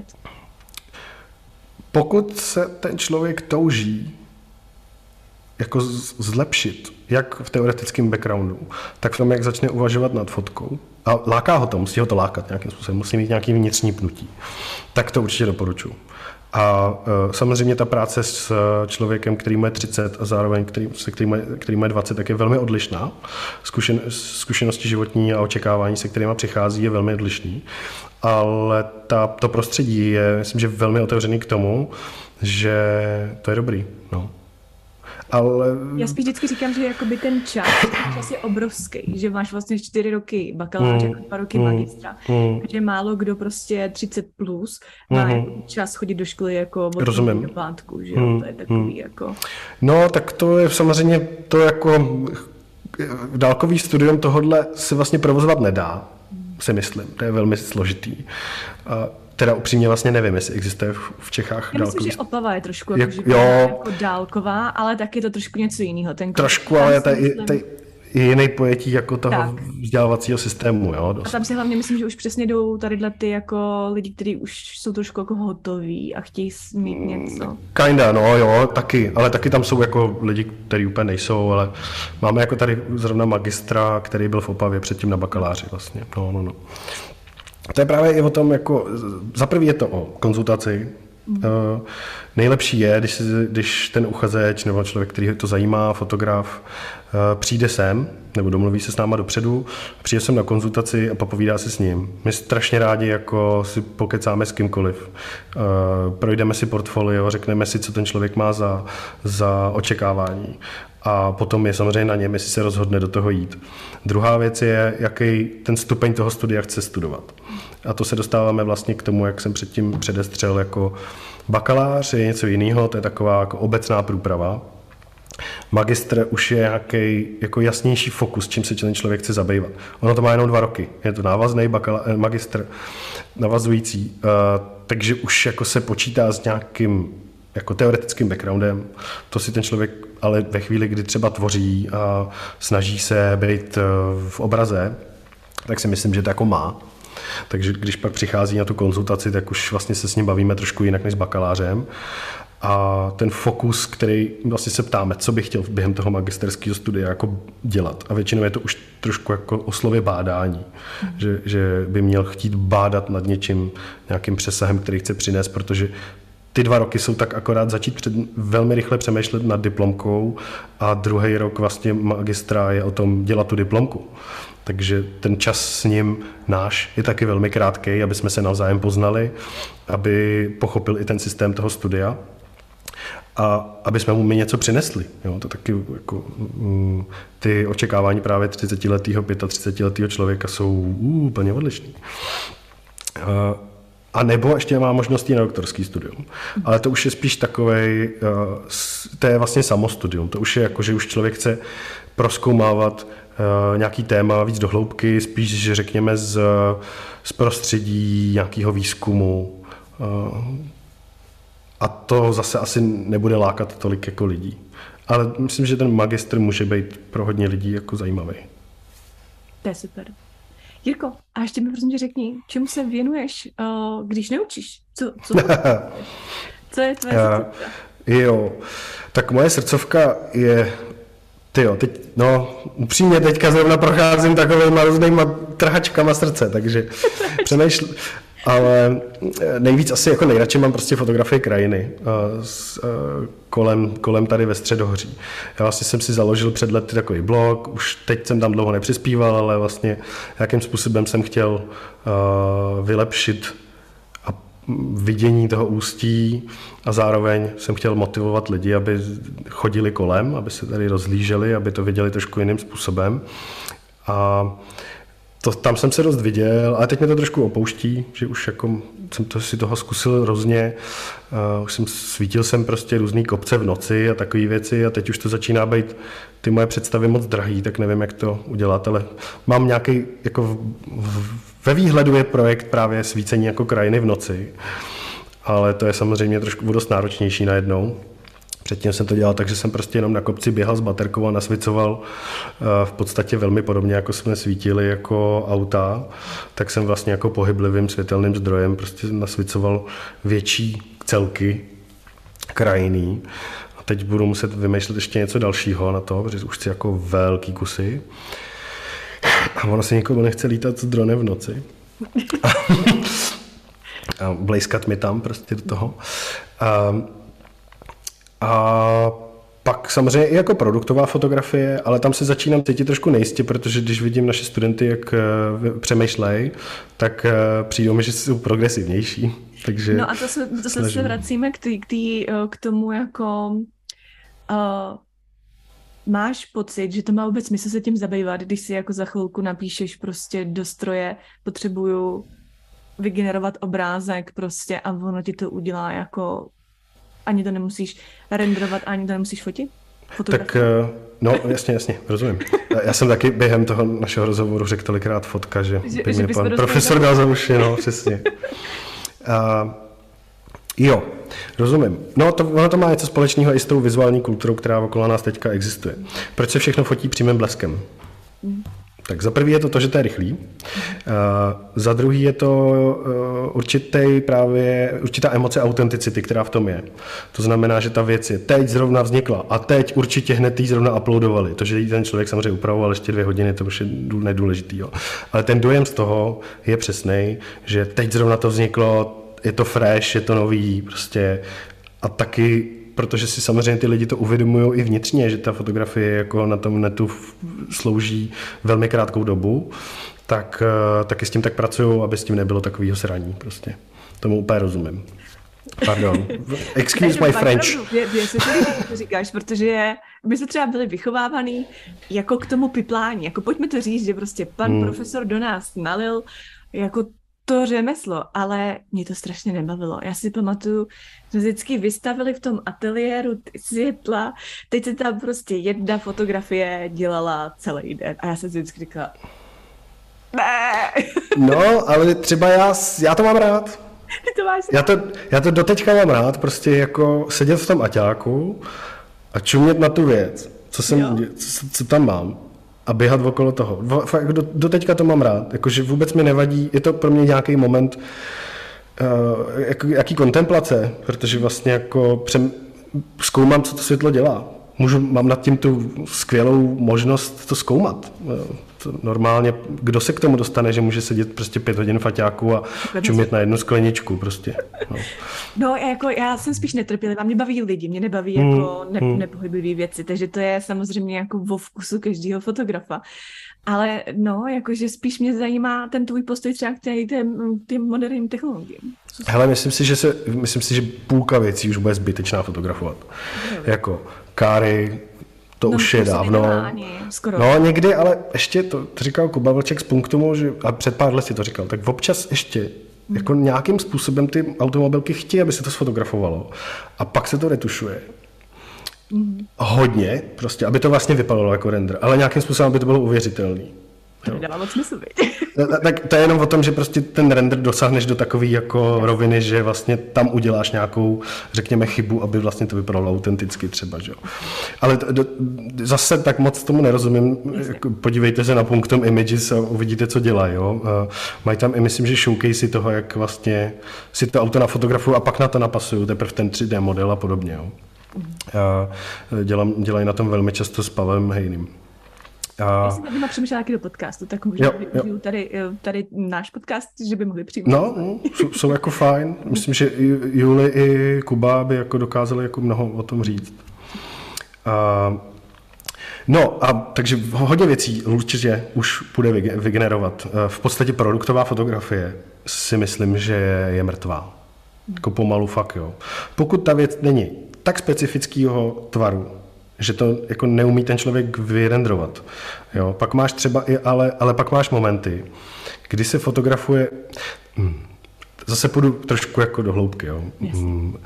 Pokud se ten člověk touží jako zlepšit, jak v teoretickém backgroundu, tak v tom, jak začne uvažovat nad fotkou, a láká ho to, musí ho to lákat nějakým způsobem, musí mít nějaký vnitřní pnutí, tak to určitě doporučuji. A uh, samozřejmě ta práce s člověkem, který má třicet a zároveň který, se který, má, který má dvacet, tak je velmi odlišná. Zkušen, zkušenosti životní a očekávání, se kterými přichází, je velmi odlišný. Ale ta, to prostředí je, myslím, že velmi otevřený k tomu, že to je dobrý. No. Ale... Já spíš vždycky říkám, že jakoby ten čas, ten čas je obrovský, že máš vlastně čtyři roky bakaláře, mm, dva roky mm, magistra, mm. že málo kdo prostě třicet plus má mm. čas chodit do školy jako od do pátku, že jo, mm, to je takový mm. jako... No, tak to je samozřejmě to jako dálkový studium tohodle se vlastně provozovat nedá, mm. si myslím, to je velmi složitý. A teda upřímně vlastně nevím, jestli existuje v Čechách Já dálkový... myslím, že Opava je trošku jako, je, jo, jako dálková, ale tak je to trošku něco jiného. Ten trošku, ale to je jiný pojetí jako toho tak. vzdělávacího systému. Jo, a tam si hlavně myslím, že už přesně jdou tadyhle ty jako lidi, kteří už jsou trošku jako hotoví a chtějí mít něco. Kinda, no jo, taky, ale taky tam jsou jako lidi, kteří úplně nejsou, ale máme jako tady zrovna magistra, který byl v Opavě předtím na bakaláři vlastně. No, no, no. To je právě i o tom, jako, za prvý je to o konzultaci. Mm. Uh, nejlepší je, když, když ten uchazeč nebo člověk, který to zajímá, fotograf, uh, přijde sem, nebo domluví se s náma dopředu, přijde sem na konzultaci a popovídá si s ním. My strašně rádi jako si pokecáme s kýmkoliv. Uh, projdeme si portfolio, řekneme si, co ten člověk má za, za očekávání. A potom je samozřejmě na něm, jestli se rozhodne do toho jít. Druhá věc je, jaký ten stupeň toho studia chce studovat. A to se dostáváme vlastně k tomu, jak jsem předtím předestřel, jako bakalář je něco jiného, to je taková jako obecná průprava. Magistr už je nějaký jako jasnější fokus, čím se ten člověk chce zabývat. Ono to má jenom dva roky. Je to návazný bakala, magistr, navazující, uh, takže už jako se počítá s nějakým jako teoretickým backgroundem. To si ten člověk ale ve chvíli, kdy třeba tvoří a snaží se být v obraze, tak si myslím, že to jako má. Takže když pak přichází na tu konzultaci, tak už vlastně se s ním bavíme trošku jinak než s bakalářem. A ten fokus, který vlastně se ptáme, co bych chtěl během toho magisterského studia jako dělat. A většinou je to už trošku jako o slově bádání. Mm. Že, že by měl chtít bádat nad něčím, nějakým přesahem, který chce přinést, protože ty dva roky jsou tak akorát začít před, velmi rychle přemýšlet nad diplomkou a druhý rok vlastně magistra je o tom dělat tu diplomku. Takže ten čas s ním náš je taky velmi krátký, aby jsme se navzájem poznali, aby pochopil i ten systém toho studia a aby jsme mu my něco přinesli. Jo, to taky jako, mm, ty očekávání právě třicetiletého, pětatřicetiletého člověka jsou uh, úplně odlišný. Uh, A nebo ještě má možnosti na doktorský studium. Ale to už je spíš takovej, to je vlastně samostudium. To už je jako, že už člověk chce prozkoumávat nějaký téma víc do hloubky, spíš, že řekněme z, z prostředí nějakého výzkumu. A to zase asi nebude lákat tolik jako lidí. Ale myslím, že ten magistr může být pro hodně lidí jako zajímavý. To je super. Jirko, a ještě mi prosím tě řekni, čemu se věnuješ, uh, když neučíš? Co, co, co je tvoje srdcovka? Jo, tak moje srdcovka je, tyjo, teď, no, upřímně teďka zrovna procházím takovýma různýma trhačkama srdce, takže přemýšlím, ale nejvíc asi jako nejradši mám prostě fotografie krajiny uh, s, uh, kolem, kolem tady ve Středohoří. Já vlastně jsem si založil před lety takový blog, už teď jsem tam dlouho nepřispíval, ale vlastně jakým způsobem jsem chtěl uh, vylepšit a vidění toho Ústí a zároveň jsem chtěl motivovat lidi, aby chodili kolem, aby se tady rozhlíželi, aby to viděli trošku jiným způsobem. A To, tam jsem se dost viděl, ale teď mě to trošku opouští, že už jako jsem to, si toho zkusil hrozně. Uh, už jsem svítil jsem prostě různý kopce v noci a takové věci a teď už to začíná být ty moje představy moc drahý, tak nevím, jak to udělat, ale mám nějaký, jako v, v, ve výhledu je projekt právě svícení jako krajiny v noci, ale to je samozřejmě trošku dost náročnější najednou. Předtím jsem to dělal tak, že jsem prostě jenom na kopci běhal s baterkou a nasvicoval v podstatě velmi podobně, jako jsme svítili jako auta, tak jsem vlastně jako pohyblivým světelným zdrojem prostě nasvicoval větší celky krajinný. A teď budu muset vymýšlet ještě něco dalšího na to, protože už chci jako velký kusy. A ono se nikomu nechce lítat s dronem v noci. A blejskat mi tam prostě do toho. A, a pak samozřejmě i jako produktová fotografie, ale tam se začínám cítit trošku nejistě, protože když vidím naše studenty, jak přemýšlejí, tak přijdou mi, že jsou progresivnější. Takže no a to se, to se, se vracíme k, tý, k, tý, k tomu jako... Uh, máš pocit, že to má vůbec smysl se tím zabývat, když si jako za chvilku napíšeš prostě do stroje, potřebuju vygenerovat obrázek prostě a ono ti to udělá jako... Ani to nemusíš renderovat, ani to nemusíš fotit? Tak, no jasně, jasně, rozumím. Já jsem taky během toho našeho rozhovoru řekl tolikrát fotka, že, že by mě pan profesor dal za uši, no, přesně. Uh, jo, rozumím. No, to, ono to má něco společného i s tou vizuální kulturou, která okolo nás teďka existuje. Proč se všechno fotí přímým bleskem? Mm. Tak za prvý je to to, že to je rychlý. Uh, za druhý je to uh, určitý právě, určitá emoce autenticity, která v tom je. To znamená, že ta věc je teď zrovna vznikla a teď určitě hned jí zrovna uploadovali. To, že jí ten člověk samozřejmě upravoval ještě dvě hodiny, to už je nedůležitý. Jo. Ale ten dojem z toho je přesnej, že teď zrovna to vzniklo, je to fresh, je to nový prostě a taky protože si samozřejmě ty lidi to uvědomují i vnitřně, že ta fotografie jako na tom netu slouží velmi krátkou dobu, tak taky s tím tak pracují, aby s tím nebylo takovýho sraní prostě. Tomu úplně rozumím. Pardon. Excuse my French. Věc, to říkáš, protože my jsme třeba byli vychovávaný jako k tomu piplání. Jako pojďme to říct, že prostě pan hmm. profesor do nás nalil jako to řemeslo, ale mě to strašně nebavilo. Já si pamatuju, že vždycky vystavili v tom ateliéru ty světla, teď se tam prostě jedna fotografie dělala celý den a já jsem si vždycky říkala ne. No, ale třeba já, já to mám rád. Ty to máš já to, já to doteďka mám rád, prostě jako sedět v tom aťáku a čumět na tu věc, co, jsem, co, co tam mám. A běhat okolo toho. Do, do teďka to mám rád. Jakože vůbec mi nevadí. Je to pro mě nějaký moment uh, jak, jaký kontemplace, protože vlastně jako přem, zkoumám, co to světlo dělá. Můžu, mám nad tím tu skvělou možnost to zkoumat. To normálně, kdo se k tomu dostane, že může sedět prostě pět hodin v aťáku a čumět na jednu skleničku prostě. No, no jako já jsem spíš netrpělivá, mě baví lidi, mě nebaví jako ne, hmm. nepohyblivé věci, takže to je samozřejmě jako vo vkusu každého fotografa. Ale no, jakože spíš mě zajímá ten tvůj postoj třeba k těm moderním technologiím. Hele, myslím si, že se, myslím si, že půlka věcí už bude zbytečná fotografovat. No. Jako káry, to no, už je dávno. Ani, skoro. No někdy, ale ještě to, to říkal Kuba Vlček z Punktumu, že, a před pár let si to říkal, tak občas ještě hmm. jako nějakým způsobem ty automobilky chtějí, aby se to sfotografovalo a pak se to retušuje. Hmm. Hodně, prostě, aby to vlastně vypadalo jako render, ale nějakým způsobem, aby to bylo uvěřitelný. To nedává moc smysl, viď? Tak to je jenom o tom, že prostě ten render dosáhneš do takové jako roviny, že vlastně tam uděláš nějakou, řekněme, chybu, aby vlastně to vypadalo autenticky třeba, že jo. Ale do, zase tak moc tomu nerozumím. Jako, podívejte se na Punktum Images a uvidíte, co dělají, jo. Mají tam i, myslím, že showcasey toho, jak vlastně si to auto nafotografují a pak na to napasují teprve ten tři dé model a podobně, jo. A dělám, dělají na tom velmi často s Pavlem Hejným. A... Já jsem tady přemýšlela taky do podcastu, tak možná využiju tady, tady náš podcast, že by mohli přijmout. No, jsou, jsou jako fajn. Myslím, že Juli i Kuba by jako dokázali jako mnoho o tom říct. A, no a takže hodně věcí určitě už bude vygenerovat. V podstatě produktová fotografie si myslím, že je mrtvá. Jako pomalu fakt, jo. Pokud ta věc není tak specifického tvaru, že to jako neumí ten člověk vyrendrovat. Jo, pak máš třeba i, ale, ale pak máš momenty, kdy se fotografuje, hm, zase půjdu trošku jako do hloubky, jo. Hm,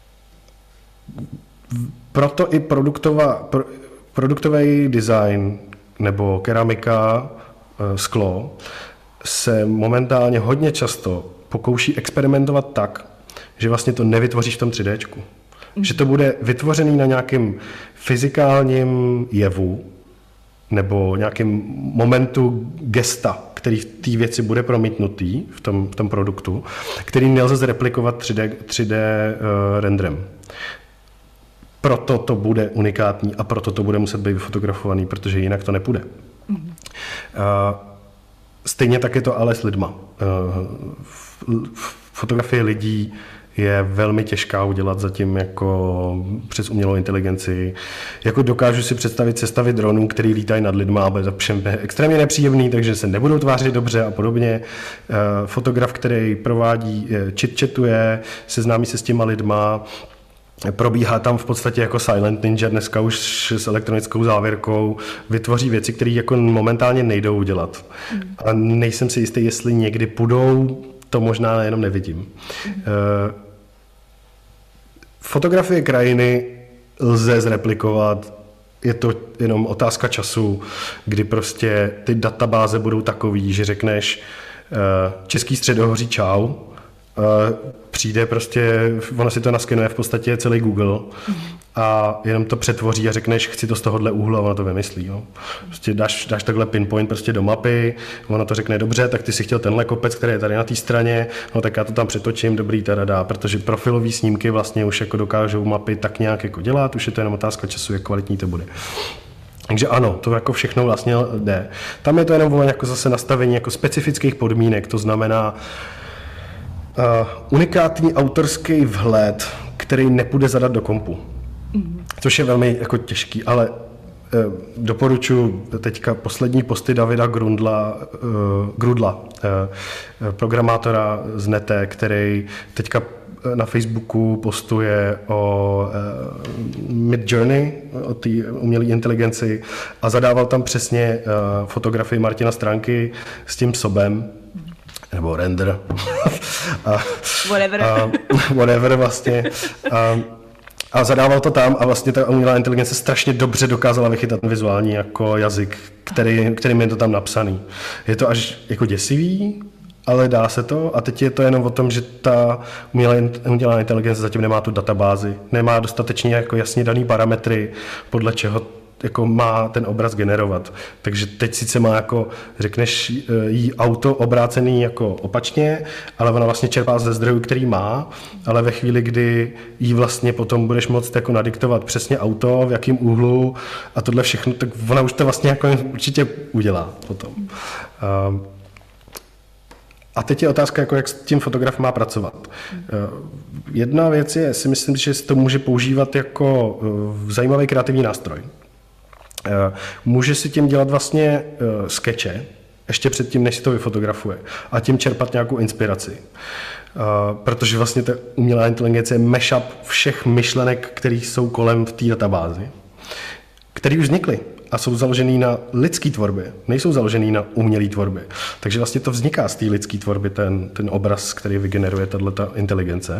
proto i produktová, pro, produktový design nebo keramika, sklo se momentálně hodně často pokouší experimentovat tak, že vlastně to nevytvoříš v tom tři déčku. Že to bude vytvořený na nějakém fyzikálním jevu nebo nějakém momentu gesta, který v té věci bude promítnutý v tom, v tom produktu, který nelze zreplikovat tři dé, tři dé uh, renderem. Proto to bude unikátní a proto to bude muset být vyfotografovaný, protože jinak to nepůjde. Mm-hmm. Uh, stejně tak je to ale s lidma. Fotografie lidí je velmi těžká udělat zatím jako přes umělou inteligenci. Jako dokážu si představit sestavy dronů, který lítají nad lidma a bude všem extrémně nepříjemný, takže se nebudou tvářit dobře a podobně. Fotograf, který provádí, chit-chatuje, seznámí se s těma lidma, probíhá tam v podstatě jako Silent Ninja, dneska už s elektronickou závěrkou, vytvoří věci, které jako momentálně nejdou udělat. Mm. A nejsem si jistý, jestli někdy půjdou, to možná jenom nevidím. Mm. Fotografie krajiny lze zreplikovat, je to jenom otázka času, kdy prostě ty databáze budou takový, že řekneš Český středohoří čau, přijde prostě, ono si to naskenuje v podstatě celý Google a jenom to přetvoří a řekneš, chci to z tohohle úhlu a ono to vymyslí. Jo. Prostě dáš, dáš takhle pinpoint prostě do mapy, ono to řekne dobře, tak ty si chtěl tenhle kopec, který je tady na té straně, no tak já to tam přetočím, dobrý tada, protože profilové snímky vlastně už jako dokážou mapy tak nějak jako dělat, už je to jenom otázka času, jak kvalitní to bude. Takže ano, to jako všechno vlastně jde. Tam je to jenom jako zase nastavení jako specifických podmínek, to znamená Uh, unikátní autorský vhled, který nepůjde zadat do kompu. Mm. Což je velmi jako těžký, ale uh, doporučuji teďka poslední posty Davida Grundla, uh, Grudla, uh, programátora z Nete, který teďka na Facebooku postuje o uh, Midjourney, o té umělé inteligenci a zadával tam přesně uh, fotografii Martina Stránky s tím sobem, nebo render. a, whatever. A, whatever vlastně. A, a zadával to tam a vlastně ta umělá inteligence strašně dobře dokázala vychytat vizuální jako jazyk, který, kterým je to tam napsaný. Je to až jako děsivý, ale dá se to a teď je to jenom o tom, že ta umělá, umělá inteligence zatím nemá tu databázi, nemá dostatečně jako jasně daný parametry, podle čeho jako má ten obraz generovat. Takže teď sice má jako, řekneš jí auto obrácený jako opačně, ale ona vlastně čerpá ze zdrojů, který má, ale ve chvíli, kdy jí vlastně potom budeš moct jako nadiktovat přesně auto, v jakém úhlu a tohle všechno, tak ona už to vlastně jako určitě udělá potom. A teď je otázka, jako jak s tím fotograf má pracovat. Jedna věc je, si myslím, že se to může používat jako zajímavý kreativní nástroj. Může si tím dělat vlastně skeče, ještě předtím, než si to vyfotografuje, a tím čerpat nějakou inspiraci. Protože vlastně ta umělá inteligence je mashup všech myšlenek, které jsou kolem v té databázi, které už vznikly a jsou založený na lidské tvorbě, nejsou založený na umělé tvorbě. Takže vlastně to vzniká z té lidské tvorby, ten, ten obraz, který vygeneruje tato inteligence.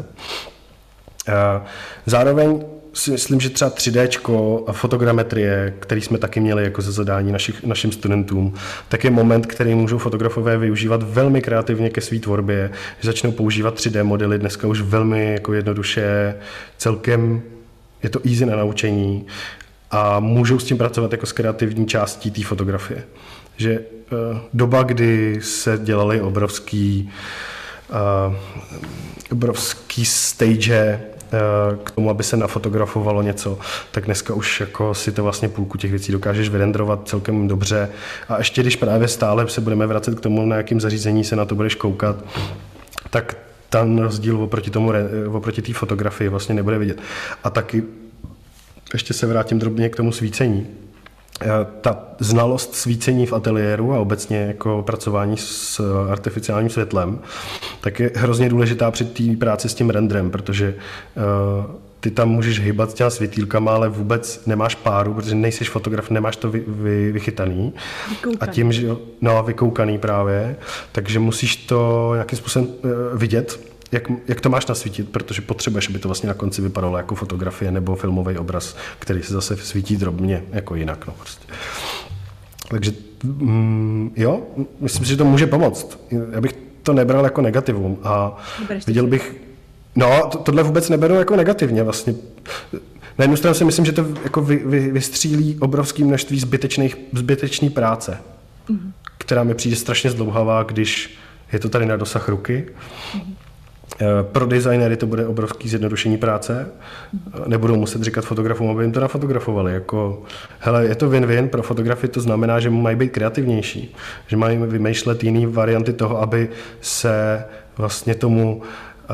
Zároveň si myslím, že třeba tři déčko a fotogrametrie, který jsme taky měli jako ze zadání našich, našim studentům, tak je moment, který můžou fotografové využívat velmi kreativně ke své tvorbě, že začnou používat tři dé modely, dneska už velmi jako jednoduše, celkem je to easy na naučení a můžou s tím pracovat jako s kreativní částí té fotografie. Že uh, doba, kdy se dělaly obrovský uh, obrovský stage k tomu, aby se nafotografovalo něco, tak dneska už jako si to vlastně půlku těch věcí dokážeš vyrendrovat celkem dobře. A ještě když právě stále se budeme vracet k tomu, na jakém zařízení se na to budeš koukat, tak ten rozdíl oproti tomu, oproti té fotografii vlastně nebude vidět. A taky ještě se vrátím drobně k tomu svícení. Ta znalost svícení v ateliéru a obecně jako pracování s artificiálním světlem, tak je hrozně důležitá při té práci s tím renderem, protože uh, ty tam můžeš hýbat s těma světýlkama, ale vůbec nemáš páru, protože nejseš fotograf, nemáš to vy, vy, vychytaný. Vykoukaný. A tím, že no, vykoukaný právě, takže musíš to nějakým způsobem uh, vidět, Jak, jak to máš nasvítit, protože potřebuješ, aby to vlastně na konci vypadalo jako fotografie nebo filmový obraz, který se zase svítí drobně, jako jinak. No, prostě. Takže mm, jo, myslím si, že to může pomoct. Já bych to nebral jako negativum a viděl bych, no, to, tohle vůbec neberu jako negativně vlastně. Na jednu stranu si myslím, že to jako vy, vy, vystřílí obrovské množství zbytečných, zbytečný práce, mm. která mi přijde strašně zdlouhavá, když je to tady na dosah ruky. Mm. Pro designéry to bude obrovský zjednodušení práce. Nebudou muset říkat fotografům, aby jim to nafotografovali. Jako, hele, je to win-win, pro fotografy to znamená, že mají být kreativnější, že mají vymýšlet jiné varianty toho, aby se vlastně tomu uh,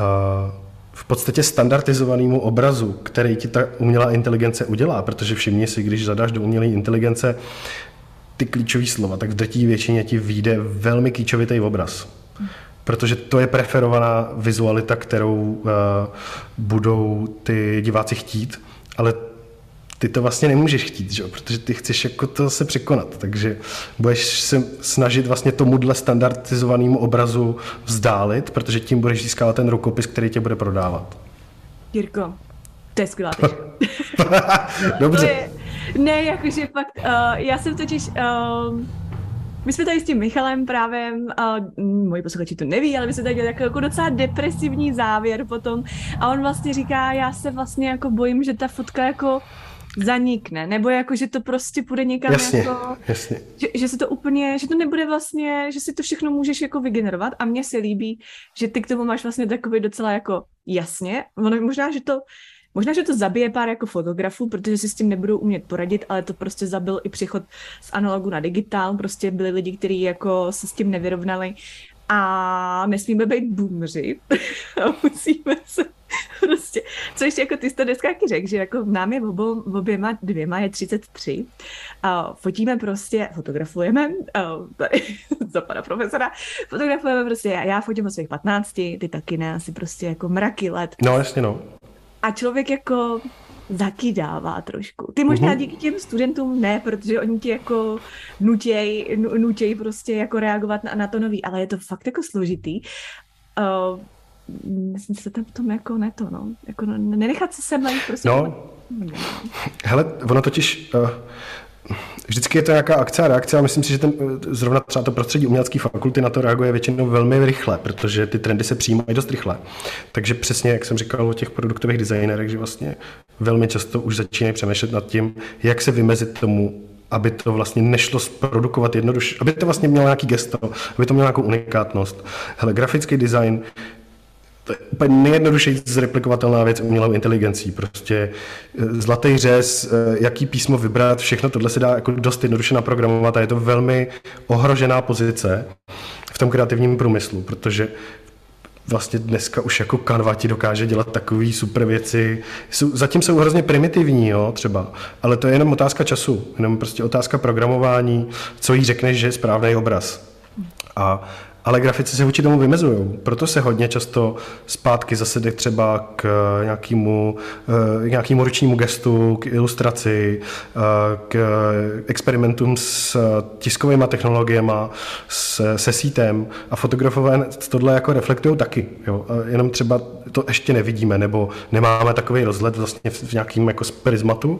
v podstatě standardizovanému obrazu, který ti ta umělá inteligence udělá, protože všimni si, když zadáš do umělé inteligence ty klíčové slova, tak v drtí většině ti vyjde velmi klíčovitý obraz. Protože to je preferovaná vizualita, kterou uh, budou ty diváci chtít, ale ty to vlastně nemůžeš chtít, že? Protože ty chceš jako to se překonat, takže budeš se snažit vlastně tomuhle standardizovanému obrazu vzdálit, protože tím budeš získávat ten rukopis, který tě bude prodávat. Jirko, to je skvělá tečka. Dobře. Je, ne, jakože fakt, uh, já jsem totiž... Uh, My jsme tady s tím Michalem právě, uh, moji posluchači to neví, ale my jsme tady dělali jako docela depresivní závěr potom a on vlastně říká, já se vlastně jako bojím, že ta fotka jako zanikne, nebo jako, že to prostě půjde někam jasně, jako, jasně. Že, že se to úplně, že to nebude vlastně, že si to všechno můžeš jako vygenerovat a mně se líbí, že ty k tomu máš vlastně takový docela jako jasně, možná, že to Možná, že to zabije pár jako fotografů, protože si s tím nebudou umět poradit, ale to prostě zabil i přechod z analogu na digitál. Prostě byli lidi, kteří jako se s tím nevyrovnali a nesmíme být boomři. A musíme se prostě, co ještě jako ty jsi to dneska taky řekl, že jako nám je obou, oběma dvěma je třicet tři. A fotíme prostě, fotografujeme, tady za pana profesora, fotografujeme prostě, já fotím od svých patnácti, ty taky ne, asi prostě jako mraky let. No jasně no. A člověk jako zakydává trošku. Ty možná mm-hmm. díky těm studentům ne, protože oni ti jako nutěj, nutěj prostě jako reagovat na, na to nový, ale je to fakt jako složitý. Uh, myslím se tam v tom jako ne to, no. Jako nenechat se semlejt prostě. No, hele, ono totiž... Uh... Vždycky je to nějaká akce a reakce a myslím si, že ten, zrovna třeba to prostředí umělecké fakulty na to reaguje většinou velmi rychle, protože ty trendy se přijímají dost rychle. Takže přesně, jak jsem říkal o těch produktových designerech, že vlastně velmi často už začínají přemýšlet nad tím, jak se vymezit tomu, aby to vlastně nešlo zprodukovat jednoduše, aby to vlastně mělo nějaký gesto, aby to mělo nějakou unikátnost. Hele, grafický design, to je úplně nejjednodušeji zreplikovatelná věc umělou inteligencí. Prostě zlatý řez, jaký písmo vybrat, všechno tohle se dá jako dost jednoduše naprogramovat a je to velmi ohrožená pozice v tom kreativním průmyslu, protože vlastně dneska už jako Canva ti dokáže dělat takové super věci. Jsou, zatím jsou hrozně primitivní, jo, třeba, ale to je jenom otázka času, jenom prostě otázka programování, co jí řekneš, že je správný obraz. A ale grafici se vůči tomu vymezují. Proto se hodně často zpátky zase jde třeba k nějakému, k nějakému ručnímu gestu, k ilustraci, k experimentům s tiskovými technologiemi, se, se sítem a fotografové tohle jako reflektují taky. Jo. Jenom třeba to ještě nevidíme, nebo nemáme takový rozhled vlastně v nějakým jako prismatu.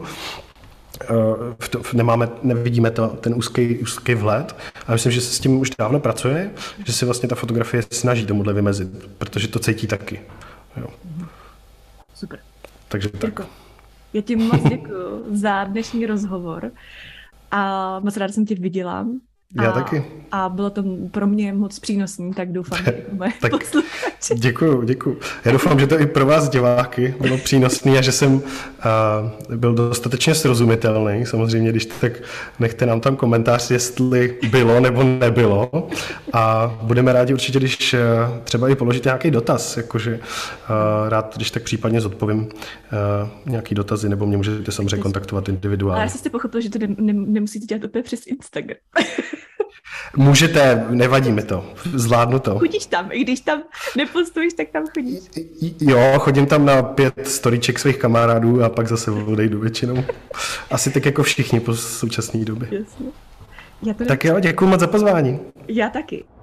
V to, nemáme, nevidíme to, ten úzký, úzký vhled a myslím, že se s tím už dávno pracuje, že si vlastně ta fotografie snaží tomuhle vymezit, protože to cítí taky. Jo. Super. Takže tak. Jirko, já ti moc děkuji za dnešní rozhovor a moc ráda jsem tě viděla. Já a, taky. A bylo to pro mě moc přínosný, tak doufám, že i moje posluchače. Děkuju, děkuju. Já doufám, že to i pro vás diváky bylo přínosný a že jsem uh, byl dostatečně srozumitelný. Samozřejmě, když tak nechte nám tam komentář, jestli bylo nebo nebylo. A budeme rádi určitě, když uh, třeba i položíte nějaký dotaz, jakože uh, rád, když tak případně zodpovím uh, nějaký dotazy, nebo mě můžete samozřejmě kontaktovat individuálně. Ale já jste pochopil, že to ne, ne, nemusíte dělat opět přes Instagram. Můžete, nevadí mi to, zvládnu to. Chodíš tam, i když tam nepostuješ, tak tam chodíš. Jo, chodím tam na pět storyček svých kamarádů a pak zase odejdu většinou. Asi tak jako všichni po současné době. Jasně. Já to tak jo, děkuji moc za pozvání. Já taky.